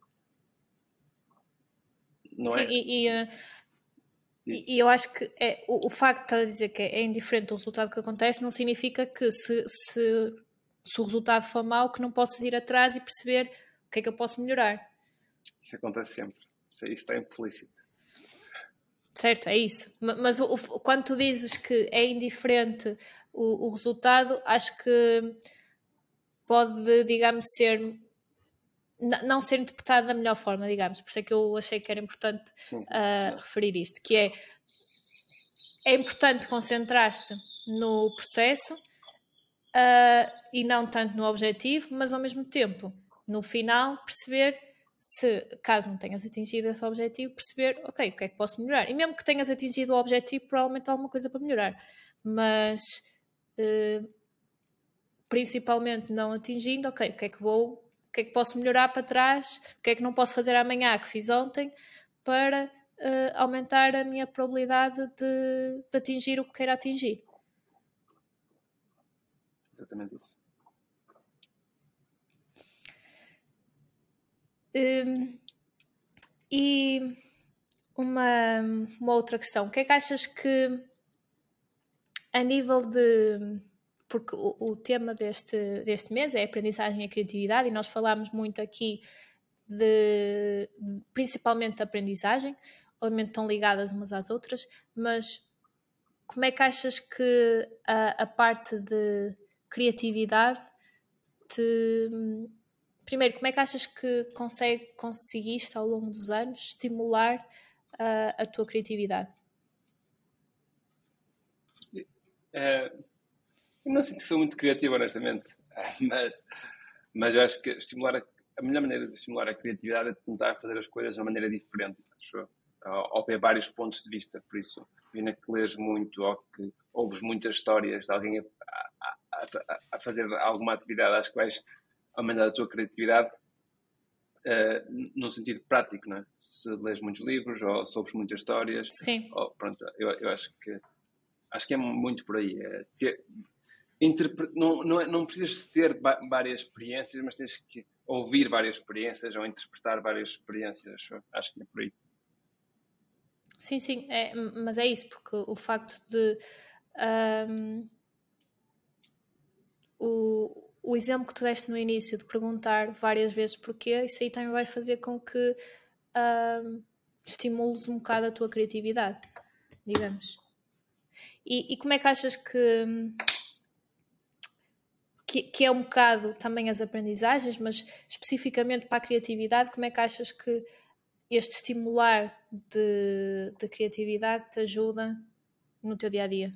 Não Sim, é? e, e, uh, e, e eu acho que é, o, o facto de dizer que é indiferente do resultado que acontece não significa que se, se, se o resultado for mau que não possas ir atrás e perceber o que é que eu posso melhorar. Isso acontece sempre. Isso, isso está implícito. Certo, é isso. Mas o, o, quando tu dizes que é indiferente o, o resultado, acho que pode, digamos, ser não ser interpretado da melhor forma, digamos. Por isso é que eu achei que era importante uh, referir isto, que é é importante concentrar-te no processo uh, e não tanto no objetivo, mas ao mesmo tempo, no final, perceber se, caso não tenhas atingido esse objetivo, perceber, ok, o que é que posso melhorar? E mesmo que tenhas atingido o objetivo, provavelmente há alguma coisa para melhorar. Mas, uh, principalmente não atingindo, ok, o que é que vou, o que é que posso melhorar para trás, o que é que não posso fazer amanhã que fiz ontem, para uh, aumentar a minha probabilidade de, de atingir o que queira atingir. Exatamente isso. Um, e uma, uma outra questão, o que é que achas que a nível de... Porque o, o tema deste, deste mês é aprendizagem e criatividade e nós falámos muito aqui de, principalmente de aprendizagem, obviamente estão ligadas umas às outras, mas como é que achas que a, a parte de criatividade te... Primeiro, como é que achas que consegue, conseguiste ao longo dos anos estimular a, a tua criatividade? É, eu não sinto que sou muito criativo, honestamente, mas, mas eu acho que estimular a, a melhor maneira de estimular a criatividade é tentar fazer as coisas de uma maneira diferente, acho, ao ver vários pontos de vista. Por isso, imagina que lês muito ou que ouves muitas histórias de alguém a, a, a, a fazer alguma atividade, acho que vais aumentar a tua criatividade uh, num sentido prático, não é? Se lês muitos livros ou se ouves muitas histórias, Sim. ou, pronto, eu, eu acho que acho que é muito por aí. É ter, não, não, é, não precisas ter várias experiências, mas tens que ouvir várias experiências ou interpretar várias experiências. Acho que é por aí. Sim, sim, é, mas é isso, porque o facto de um, o, o exemplo que tu deste no início de perguntar várias vezes porquê, isso aí também vai fazer com que um, estimules um bocado a tua criatividade, digamos. E, e como é que achas que, que que é um bocado também as aprendizagens, mas especificamente para a criatividade, como é que achas que este estimular de, de criatividade te ajuda no teu dia-a-dia?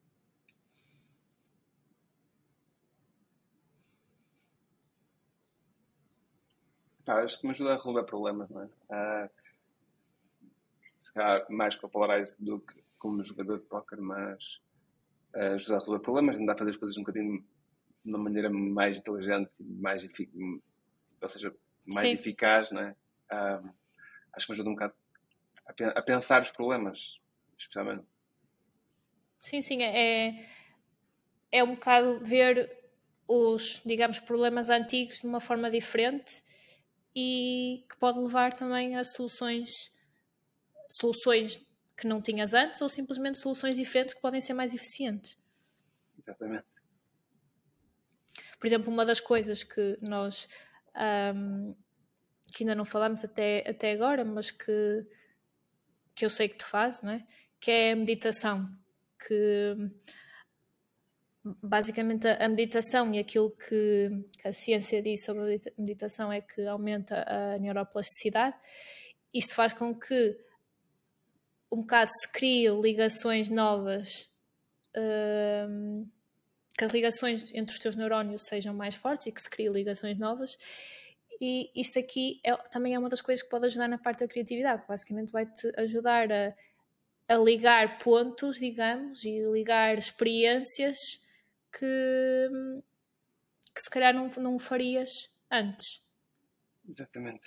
Pá, acho que me ajuda a resolver problemas, não é? Ah, se calhar mais com a Polarize do que como jogador de póquer, mas ah, ajuda a resolver problemas, tentar fazer as coisas um bocadinho de uma maneira mais inteligente, mais eficaz, ou seja, mais Sim. eficaz, não é? Ah, acho que me ajuda um bocado a, a pensar os problemas, especialmente. Sim, sim, é, é um bocado ver os, digamos, problemas antigos de uma forma diferente e que pode levar também a soluções, soluções que não tinhas antes ou simplesmente soluções diferentes que podem ser mais eficientes. Exatamente. Por exemplo, uma das coisas que nós um, que ainda não falamos até, até agora, mas que, que eu sei que tu fazes, não é? Que é a meditação, que basicamente a meditação e aquilo que, que a ciência diz sobre a meditação é que aumenta a neuroplasticidade. Isto faz com que um bocado se criem ligações novas, um, que as ligações entre os teus neurónios sejam mais fortes e que se criem ligações novas. E isto aqui é, também é uma das coisas que pode ajudar na parte da criatividade. Basicamente vai-te ajudar a, a ligar pontos, digamos, e ligar experiências que, que se calhar não, não farias antes. Exatamente.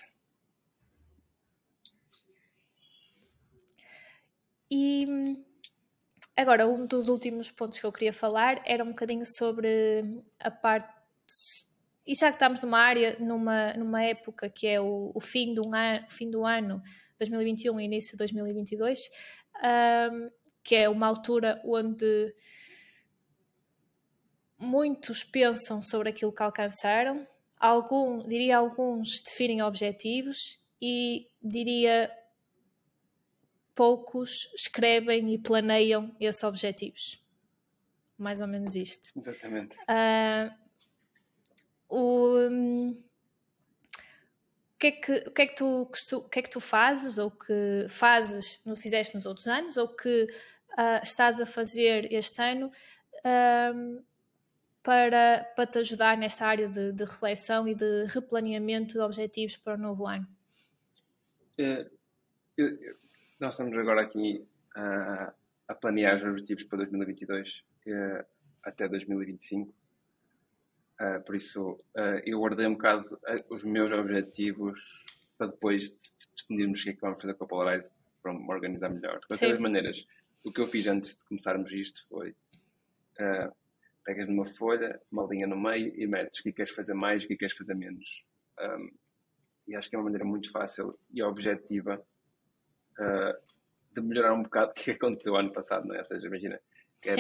E agora, um dos últimos pontos que eu queria falar era um bocadinho sobre a parte... E já que estamos numa área, numa, numa época que é o, o fim, do ano, fim do ano dois mil e vinte e um e início de dois mil e vinte e dois, um, que é uma altura onde muitos pensam sobre aquilo que alcançaram, algum, diria alguns definem objetivos e diria poucos escrevem e planeiam esses objetivos. Mais ou menos isto. Exatamente. Uh, o, um, o, que é que, o, que é que tu, o que é que tu fazes ou que fazes, não fizeste nos outros anos ou que uh, estás a fazer este ano um, para, para te ajudar nesta área de, de reflexão e de replaneamento de objetivos para o novo ano? É, eu, eu, nós estamos agora aqui a, a planear os objetivos para dois mil e vinte e dois é, até dois mil e vinte e cinco. Uh, por isso, uh, eu guardei um bocado uh, os meus objetivos para depois definirmos o que é que vamos fazer com a Polarize para me organizar melhor. De qualquer das maneiras, o que eu fiz antes de começarmos isto foi uh, pegas numa folha, uma linha no meio e metes o que queres fazer mais e o que queres fazer menos. Um, e acho que é uma maneira muito fácil e objetiva uh, de melhorar um bocado o que aconteceu ano passado, não é? Ou seja, imagina, quero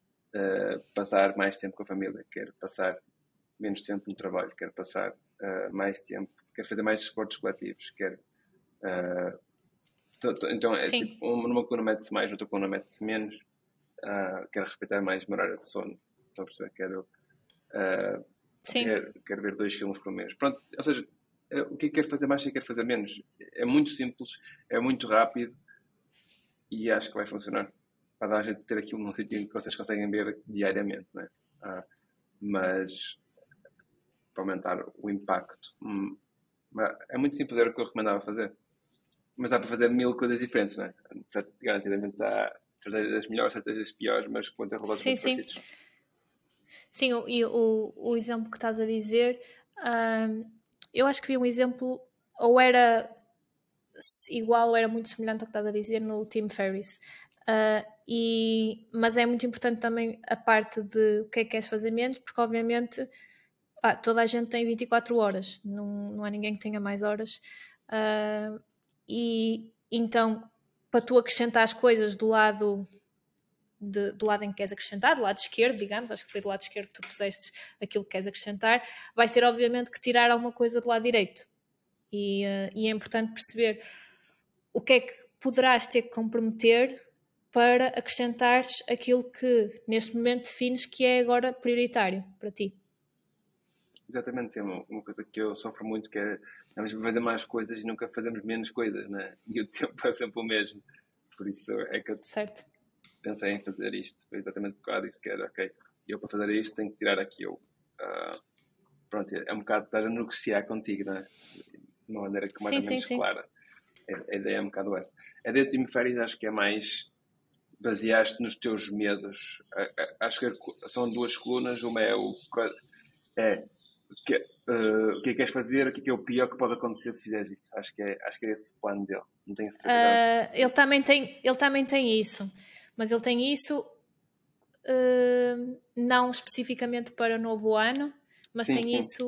uh, passar mais tempo com a família, quero passar menos tempo no trabalho, quero passar uh, mais tempo, quero fazer mais esportes coletivos, quero... Uh, to, to, então, é, tipo, numa coluna mete-se mais, outra coluna mete-se menos, uh, quero respeitar mais o meu horário de sono, estou a perceber, quero, uh, ver, quero ver dois filmes por mês. Pronto, ou seja, é, o que quero fazer mais e o que quero fazer menos. É muito simples, é muito rápido e acho que vai funcionar. Para dar a gente ter aquilo num sítio que vocês conseguem ver diariamente, não é? Uh, mas... para aumentar o impacto. Hum, é muito simples, era o que eu recomendava fazer. Mas dá para fazer mil coisas diferentes, não é? Garantidamente há estratégias melhores, estratégias piores, mas com ter relógios muito parecidos. Sim, e o, o exemplo que estás a dizer, hum, eu acho que vi um exemplo, ou era igual ou era muito semelhante ao que estás a dizer no Tim Ferriss. Uh, e, mas é muito importante também a parte de o que é que queres fazer menos, porque obviamente... Ah, toda a gente tem vinte e quatro horas, não, não há ninguém que tenha mais horas. Uh, e então, para tu acrescentar as coisas do lado, de, do lado em que queres acrescentar, do lado esquerdo, digamos, acho que foi do lado esquerdo que tu puseste aquilo que queres acrescentar, vais ter obviamente que tirar alguma coisa do lado direito. E, uh, e é importante perceber o que é que poderás ter que comprometer para acrescentares aquilo que neste momento defines que é agora prioritário para ti. Exatamente, é uma, uma coisa que eu sofro muito, que é vamos fazer mais coisas e nunca fazemos menos coisas, né? E o tempo é sempre o mesmo. Por isso é que eu certo. pensei em fazer isto. Foi exatamente por causa disso que era, ok, eu para fazer isto tenho que tirar aquilo. Uh, pronto, é um bocado estar a negociar contigo, né? De uma maneira que mais sim, ou menos sim, clara. Sim. A, a ideia é um bocado essa. A ideia de Tim Ferriss acho que é mais basear-te nos teus medos. Acho que são duas colunas, uma é o... É, Que, uh, o que é que queres fazer, o que é, que é o pior que pode acontecer se fizeres isso. Acho que é, acho que é esse o plano dele. Não tenho certeza. Uh, ele, também tem, ele também tem isso, mas ele tem isso uh, não especificamente para o novo ano, mas sim, tem sim. isso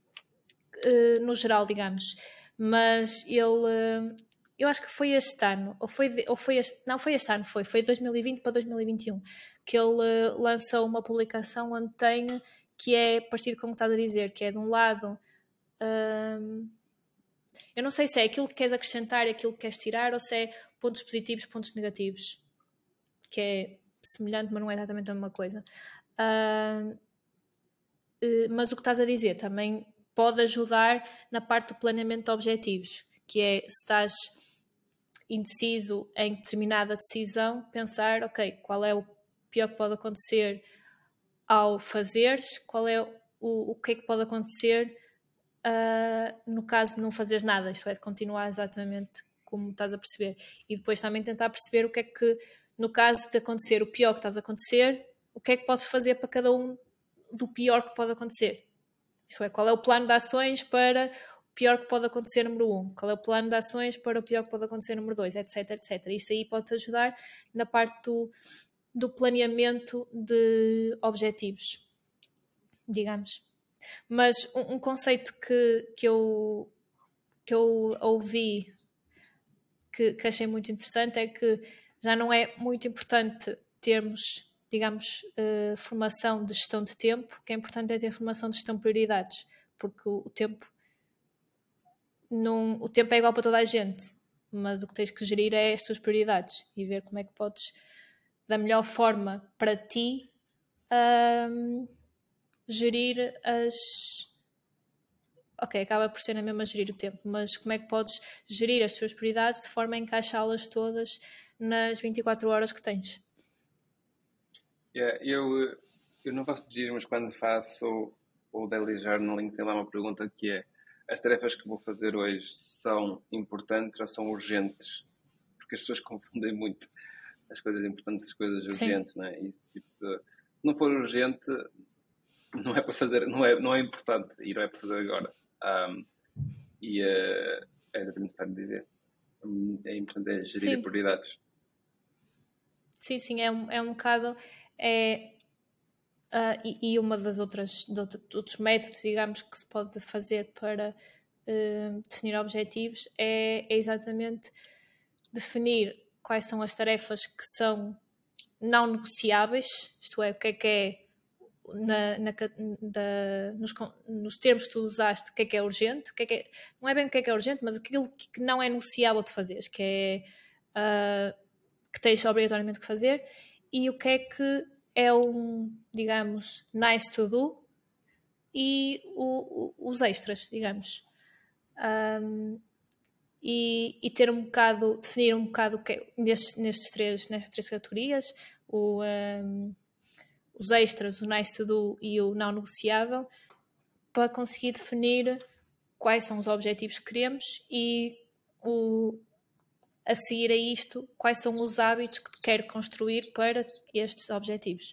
uh, no geral, digamos. Mas ele, uh, eu acho que foi este ano, ou foi, de, ou foi este, não foi este ano, foi, foi dois mil e vinte para dois mil e vinte e um, que ele uh, lançou uma publicação onde tem... que é parecido com o que estás a dizer, que é de um lado, hum, eu não sei se é aquilo que queres acrescentar e aquilo que queres tirar, ou se é pontos positivos, pontos negativos, que é semelhante, mas não é exatamente a mesma coisa. Uh, uh, mas o que estás a dizer também pode ajudar na parte do planeamento de objetivos, que é se estás indeciso em determinada decisão, pensar, ok, qual é o pior que pode acontecer ao fazeres, qual é o, o que é que pode acontecer uh, no caso de não fazeres nada, isto é, de continuar exatamente como estás a perceber. E depois também tentar perceber o que é que, no caso de acontecer o pior que estás a acontecer, o que é que podes fazer para cada um do pior que pode acontecer. Isto é, qual é o plano de ações para o pior que pode acontecer número um, qual é o plano de ações para o pior que pode acontecer número dois, etc, etcétera. Isso aí pode-te ajudar na parte do, do planeamento de objetivos, digamos. Mas um, um conceito que, que, eu, que eu ouvi que, que achei muito interessante é que já não é muito importante termos, digamos, uh, formação de gestão de tempo, o que é importante é ter formação de gestão de prioridades, porque o, o tempo não, o tempo é igual para toda a gente, mas o que tens que gerir é as tuas prioridades e ver como é que podes, da melhor forma para ti, um, gerir as... Ok, acaba por ser na mesma gerir o tempo, mas como é que podes gerir as tuas prioridades de forma a encaixá-las todas nas vinte e quatro horas que tens? Yeah, eu, eu não faço gerir, mas quando faço o daily journaling tem lá uma pergunta que é: as tarefas que vou fazer hoje são importantes ou são urgentes? Porque as pessoas confundem muito as coisas importantes e as coisas urgentes, Sim. não é? E, tipo, se não for urgente, não é para fazer, não é, não é importante e não é para fazer agora. Um, e uh, é exatamente o que está a dizer. Um, é importante é gerir Sim. prioridades. Sim, sim, é um, é um bocado. É, uh, e, e uma das outras de outros métodos, digamos, que se pode fazer para uh, definir objetivos é, é exatamente definir quais são as tarefas que são não negociáveis, isto é, o que é que é na, na, da, nos, nos termos que tu usaste, o que é que é urgente, o que é que é, não é bem o que é que é urgente, mas aquilo que não é negociável de fazer, que é uh, que tens obrigatoriamente que fazer, e o que é que é um, digamos, nice to do e o, o, os extras, digamos. Um, e, e ter um bocado, definir um bocado o que é, nestes, nestes três, nestas três categorias, o, um, os extras, o nice to do e o não negociável, para conseguir definir quais são os objetivos que queremos e o, a seguir a isto, quais são os hábitos que quero construir para estes objetivos.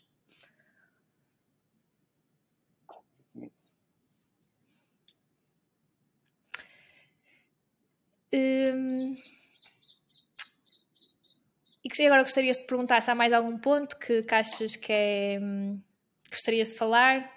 Hum, e agora gostaria de te perguntar se há mais algum ponto que, que achas que é, hum, gostarias de falar?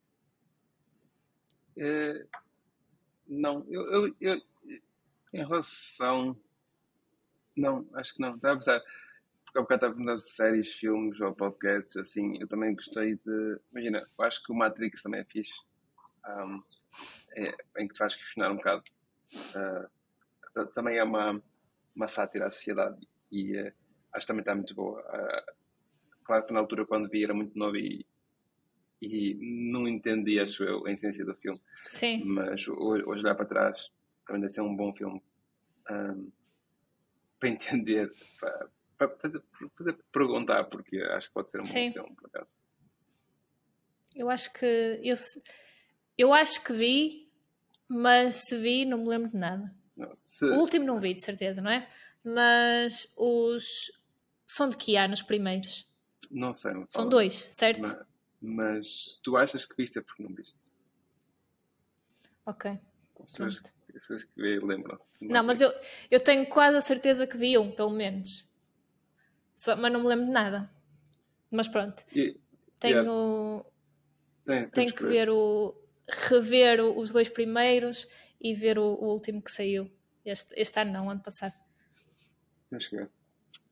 É, não, eu, eu, eu em relação. Não, acho que não. Estava a pensar, porque há bocado estava a perguntar de séries, filmes ou podcasts, assim, eu também gostei de. Imagina, eu acho que o Matrix também é fixe, um, é, em que te faz questionar um bocado. Uh, também é uma, uma sátira à sociedade e uh, acho que também está muito boa. Uh, claro que na altura, quando vi, era muito novo e, e não entendi, acho eu, a essência do filme. Sim. Mas hoje, hoje olhar para trás, também deve ser um bom filme. Um, para entender, para, para fazer, fazer perguntar, porque acho que pode ser um bom Sim. filme, por acaso. Eu acho que eu, eu acho que vi, mas se vi não me lembro de nada. Não, se, O último não vi, de certeza, não é? Mas os são de que ano os primeiros? não sei, não São fala, dois, certo? mas, mas se tu achas que viste é porque não viste. Ok, Então, se pronto. as pessoas que vêem lembram-se de Não, mas Matrix. eu, eu tenho quase a certeza que vi um, pelo menos. Só, mas não me lembro de nada. Mas pronto. E, yeah, Tenho, tem, temos tenho que que ver. ver o. rever o- os dois primeiros e ver o, o último que saiu. Este, este ano não, ano passado. Temos que ver.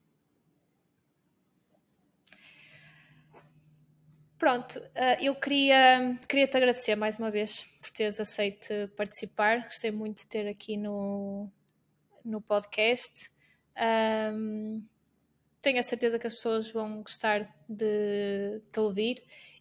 Pronto, uh, eu queria, queria te agradecer mais uma vez por teres aceito participar. Gostei muito de ter aqui no, no podcast. Um, tenho a certeza que as pessoas vão gostar de te ouvir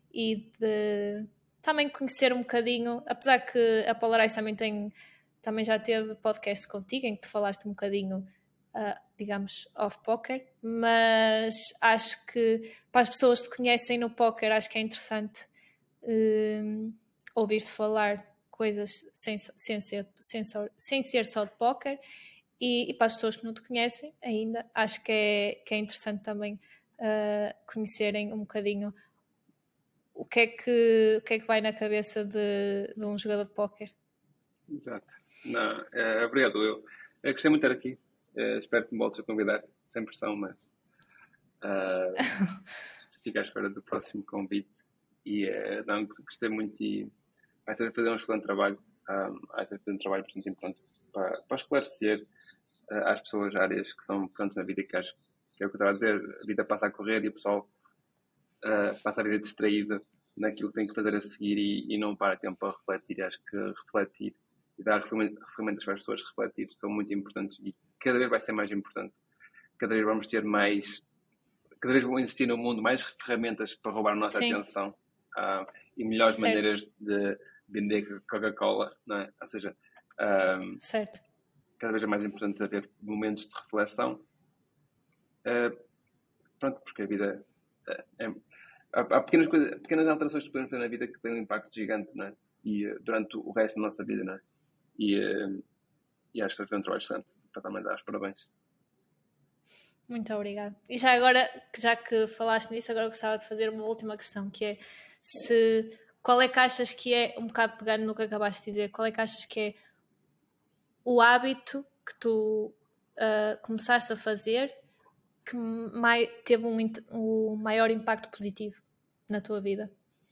e de também conhecer um bocadinho, apesar que a Polarize também tem, também já teve podcast contigo em que tu falaste um bocadinho, uh, digamos, off-poker, mas acho que para as pessoas que te conhecem no poker, acho que é interessante uh, ouvir-te falar coisas sem, sem, ser, sem, sem ser só de poker, e, e para as pessoas que não te conhecem ainda, acho que é, que é interessante também uh, conhecerem um bocadinho o que é que, o que é que vai na cabeça de, de um jogador de póquer. Exato. Não, é, obrigado, eu. Eu gostei muito de estar aqui. É, espero que me voltes a convidar, sem pressão, mas uh, fico à espera do próximo convite. E é, não, gostei muito e vai ter a fazer um excelente trabalho. Um, vai ter a fazer um trabalho bastante importante para, para esclarecer uh, às pessoas áreas que são importantes na vida, que acho que é o que eu estava a dizer. A vida passa a correr e o pessoal uh, passa a vida distraída naquilo que tem que fazer a seguir e, e não para tempo a refletir. E acho que refletir e dar ferramentas para as pessoas refletir são muito importantes e cada vez vai ser mais importante. Cada vez vamos ter mais, cada vez vão existir no mundo mais ferramentas para roubar a nossa Sim. atenção uh, e melhores certo. maneiras de vender Coca-Cola, não é? Ou seja, um, certo. cada vez é mais importante haver momentos de reflexão. Uh, pronto, porque a vida uh, é, há, há pequenas, coisas, pequenas alterações que podemos fazer na vida que têm um impacto gigante, não é? E uh, durante o resto da nossa vida, não é? E, uh, e acho que foi um trabalho excelente para também dar os parabéns. Muito obrigada. E já agora, já que falaste nisso, agora gostava de fazer uma última questão, que é se, qual é que achas que é, um bocado pegando no que acabaste de dizer, qual é que achas que é o hábito que tu uh, começaste a fazer que mai, teve um, um maior impacto positivo na tua vida?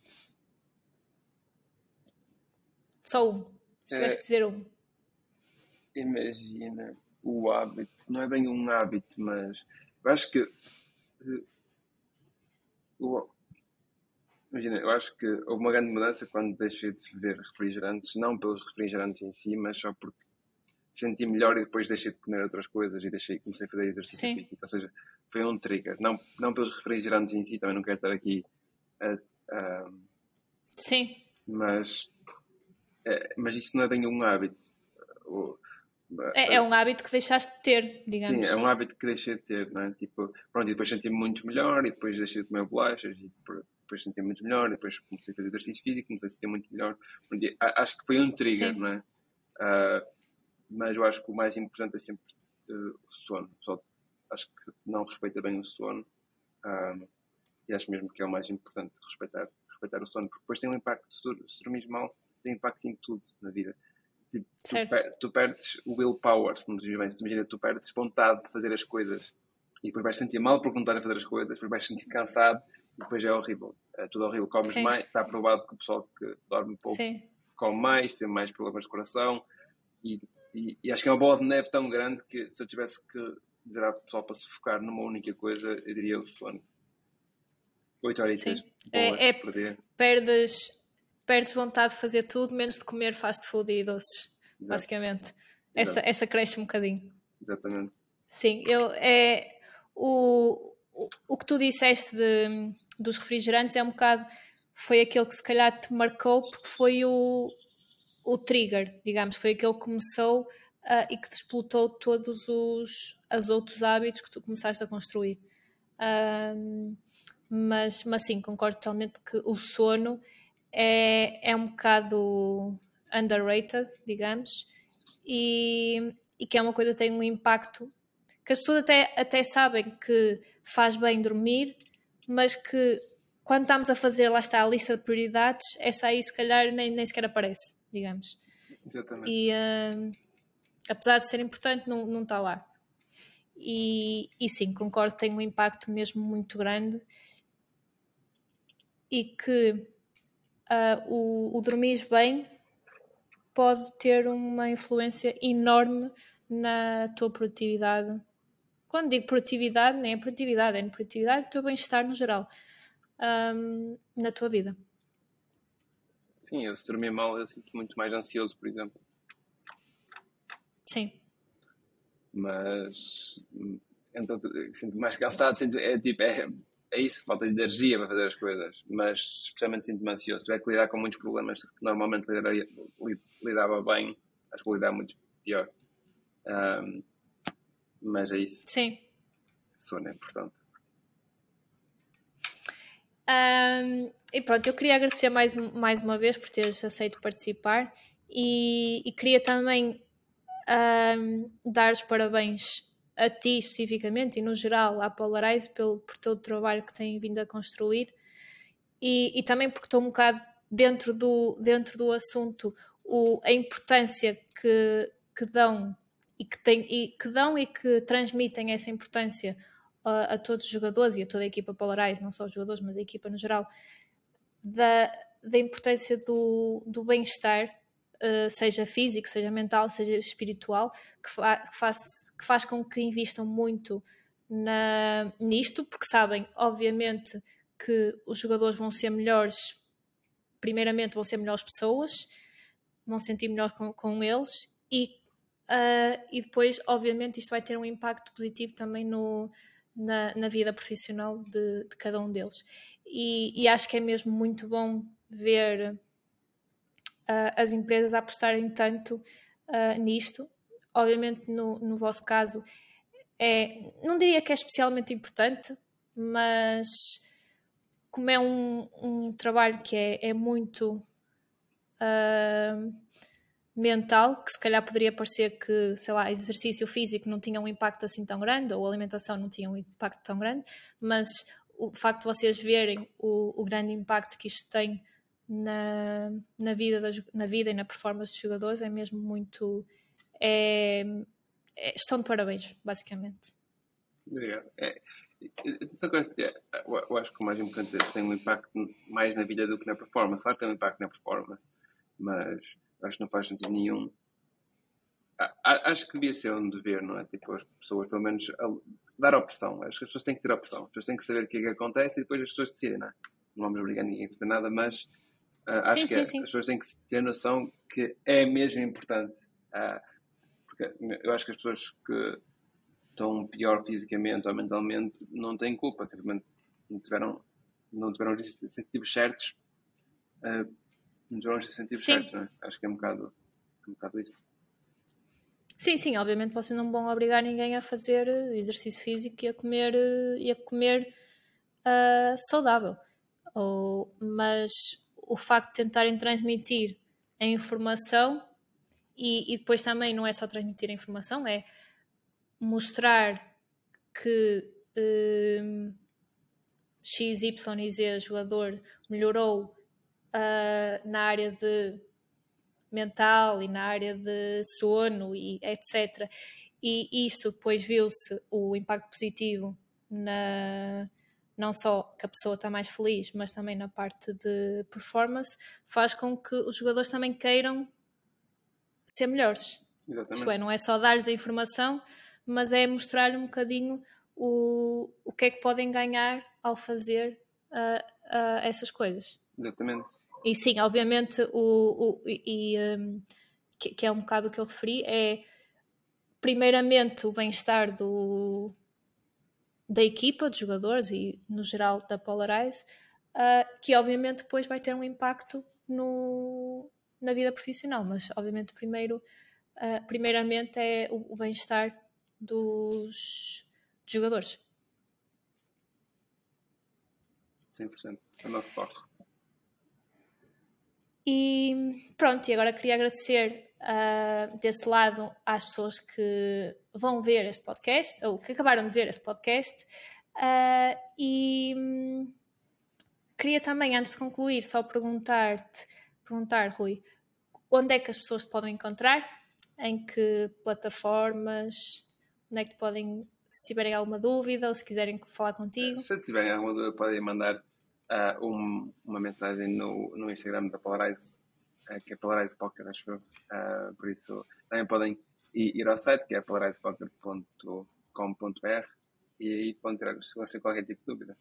Só um. Se tivesse de dizer um. Imagina, o hábito, não é bem um hábito, mas eu acho que uh, o, imagina, eu acho que houve uma grande mudança quando deixei de beber refrigerantes, não pelos refrigerantes em si, mas só porque senti melhor e depois deixei de comer outras coisas e deixei, comecei a fazer exercício Sim. físico, ou seja, foi um trigger, não, não pelos refrigerantes em si, também não quero estar aqui a, a, Sim. mas é, mas isso não é bem um hábito. O, É, é um hábito que deixaste de ter, digamos. Sim, é um hábito que deixei de ter, não é? Tipo, pronto, e depois senti-me muito melhor, e depois deixei de comer bolachas, e depois senti-me muito melhor, e depois comecei a fazer exercício físico, comecei a sentir muito melhor. Pronto, e, acho que foi um trigger, Sim. não é? Uh, mas eu acho que o mais importante é sempre uh, o sono. Só acho que não respeita bem o sono, uh, e acho mesmo que é o mais importante, respeitar, respeitar o sono, porque depois tem um impacto, se dormires mal, tem impacto em tudo na vida. Tipo, tu, per, tu perdes o willpower, se não te bem, se tu imagina, tu perdes vontade de fazer as coisas e depois vais sentir mal por não estar a fazer as coisas, depois vais sentir cansado e depois é horrível, é tudo horrível, comes Sim. mais, está provado que o pessoal que dorme um pouco Sim. come mais, tem mais problemas de coração e, e, e acho que é uma bola de neve tão grande que se eu tivesse que dizer ao pessoal para se focar numa única coisa, eu diria o sono. Oito horitas boas é, é, por dia. Perdes... perdes vontade de fazer tudo, menos de comer fast food e doces, Exato. basicamente. Exato. Essa, essa cresce um bocadinho. Exatamente. Sim, eu, é, o, o, o que tu disseste de, dos refrigerantes é um bocado, foi aquele que se calhar te marcou, porque foi o, o trigger, digamos, foi aquele que começou uh, e que desplotou todos os, os outros hábitos que tu começaste a construir. Um, mas, mas sim, concordo totalmente que o sono É, é um bocado underrated, digamos, e, e que é uma coisa que tem um impacto que as pessoas até, até sabem que faz bem dormir, mas que quando estamos a fazer, lá está, a lista de prioridades, essa aí se calhar nem, nem sequer aparece, digamos. Exatamente. E uh, apesar de ser importante, não, não está lá. E, e sim, concordo, tem um impacto mesmo muito grande e que Uh, o, o dormir bem pode ter uma influência enorme na tua produtividade. Quando digo produtividade, nem é produtividade, é na produtividade do teu bem-estar no geral, um, na tua vida. Sim, eu se dormir mal eu sinto muito mais ansioso, por exemplo. Sim. Mas então sinto mais cansado, sinto, é tipo, é, é isso, falta de energia para fazer as coisas, mas especialmente sinto-me ansioso. Se tiver que lidar com muitos problemas que normalmente lidaria, lidava bem, acho que vou lidar muito pior. Um, mas é isso. Sim. Sono é importante. Um, e pronto, eu queria agradecer mais, mais uma vez por teres aceito participar e, e queria também um, dar os parabéns a ti especificamente e no geral à Polarize pelo, por todo o trabalho que têm vindo a construir e, e também porque estou um bocado dentro do, dentro do assunto o, a importância que, que dão e que, tem, e que dão e que transmitem essa importância a, a todos os jogadores e a toda a equipa Polarize, não só os jogadores, mas a equipa no geral, da, da importância do, do bem-estar, uh, seja físico, seja mental, seja espiritual, que, fa, que, faz, que faz com que invistam muito na, nisto, porque sabem, obviamente, que os jogadores vão ser melhores, primeiramente vão ser melhores pessoas, vão sentir melhor com, com eles e, uh, e depois, obviamente, isto vai ter um impacto positivo também no, na, na vida profissional de, de cada um deles. E, e acho que é mesmo muito bom ver uh, as empresas apostarem tanto uh, nisto. Obviamente, no, no vosso caso, é, não diria que é especialmente importante, mas como é um, um trabalho que é, é muito uh, mental, que se calhar poderia parecer que, sei lá, exercício físico não tinha um impacto assim tão grande, ou alimentação não tinha um impacto tão grande, mas o facto de vocês verem o, o grande impacto que isto tem na, na, vida das, na vida e na performance dos jogadores é mesmo muito... É, é, estão de parabéns, basicamente. Obrigado. É, só que eu, eu acho que o mais importante é que tem um impacto mais na vida do que na performance. Claro que tem um impacto na performance, mas acho que não faz sentido nenhum. Acho que devia ser um dever, não é? Tipo, as pessoas, pelo menos, dar opção. Acho que as pessoas têm que ter opção. As pessoas têm que saber o que é que acontece e depois as pessoas decidem, não é? Não vamos obrigar ninguém a fazer nada, mas uh, sim, acho sim, que sim. as pessoas têm que ter noção que é mesmo importante. Uh, porque eu acho que as pessoas que estão pior fisicamente ou mentalmente não têm culpa, simplesmente não tiveram, não tiveram os incentivos certos. Uh, não tiveram os incentivos sim. certos, não é? Acho que é um bocado, um bocado isso. Sim, sim, obviamente vocês não vão obrigar ninguém a fazer exercício físico e a comer, e a comer uh, saudável. Ou, mas o facto de tentarem transmitir a informação e, e depois também não é só transmitir a informação, é mostrar que um, X, Y e Z jogador melhorou uh, na área de mental e na área de sono e etcétera. E isso depois viu-se o impacto positivo na, não só que a pessoa está mais feliz, mas também na parte de performance, faz com que os jogadores também queiram ser melhores. Exatamente. Isto é, não é só dar-lhes a informação, mas é mostrar-lhe um bocadinho o, o que é que podem ganhar ao fazer uh, uh, essas coisas. Exatamente. E sim, obviamente, o, o, e, um, que, que é um bocado o que eu referi, é primeiramente o bem-estar do, da equipa, dos jogadores e no geral da Polarize, uh, que obviamente depois vai ter um impacto no, na vida profissional, mas obviamente primeiro, uh, primeiramente é o, o bem-estar dos, dos jogadores. cem por cento. É o nosso foco. E pronto, e agora queria agradecer uh, desse lado às pessoas que vão ver este podcast, ou que acabaram de ver este podcast, uh, e um, queria também, antes de concluir, só perguntar-te, perguntar, Rui, onde é que as pessoas te podem encontrar, em que plataformas, onde é que te podem, se tiverem alguma dúvida ou se quiserem falar contigo. Se tiverem alguma dúvida, podem mandar uh, um, uma mensagem no, no Instagram da Polarize, uh, que é Polarize Poker, acho eu. Uh, por isso, também podem ir, ir ao site, que é polarize poker ponto com ponto b r, e aí podem tirar se qualquer tipo de dúvida.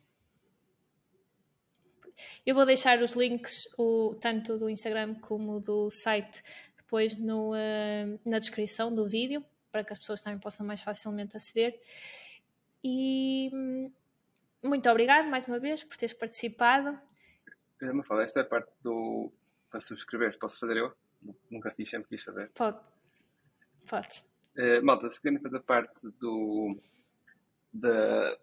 Eu vou deixar os links, o, tanto do Instagram como do site, depois no, uh, na descrição do vídeo, para que as pessoas também possam mais facilmente aceder. E muito obrigado mais uma vez por teres participado. Me fala, esta é a parte do... para subscrever. Posso fazer eu? Nunca fiz, sempre quis saber. Pode. Pode. Uh, malta, se querem fazer parte do... da...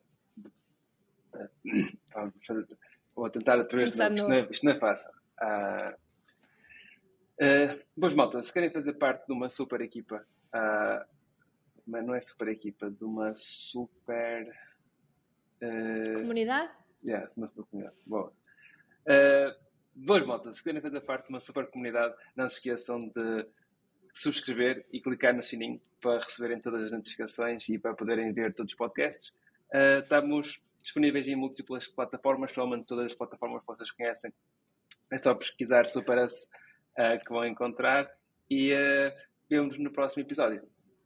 Uh, vou tentar outra vez, não, isto, não é, isto não é fácil. Uh, uh, boas, malta, se querem fazer parte de uma super equipa, uh, mas não é super equipa, de uma super... Uh, comunidade? Yeah, uma super comunidade. Boa. Uh, boas, malta, se querem fazer parte de uma super comunidade, não se esqueçam de subscrever e clicar no sininho para receberem todas as notificações e para poderem ver todos os podcasts. Uh, estamos disponíveis em múltiplas plataformas, provavelmente todas as plataformas que vocês conhecem. É só pesquisar Super-S uh, que vão encontrar e uh, vemos no próximo episódio.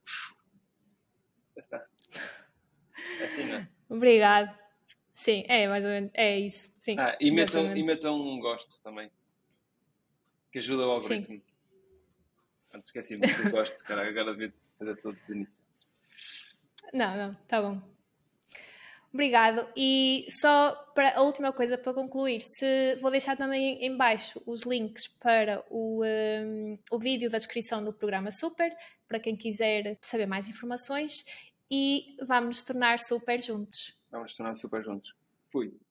Já está. É assim, não é? Obrigado. Sim, é mais ou menos, é isso. Sim, ah, e, metam, e metam um gosto também, que ajuda o algoritmo. Pronto, esqueci muito do gosto, cara, agora devia fazer tudo de início. Não, não, tá bom. Obrigado. E só para a última coisa para concluir, se vou deixar também em baixo os links para o, um, o vídeo da descrição do programa Super, para quem quiser saber mais informações, e vamos nos tornar super juntos. Vamos nos tornar super juntos. Fui.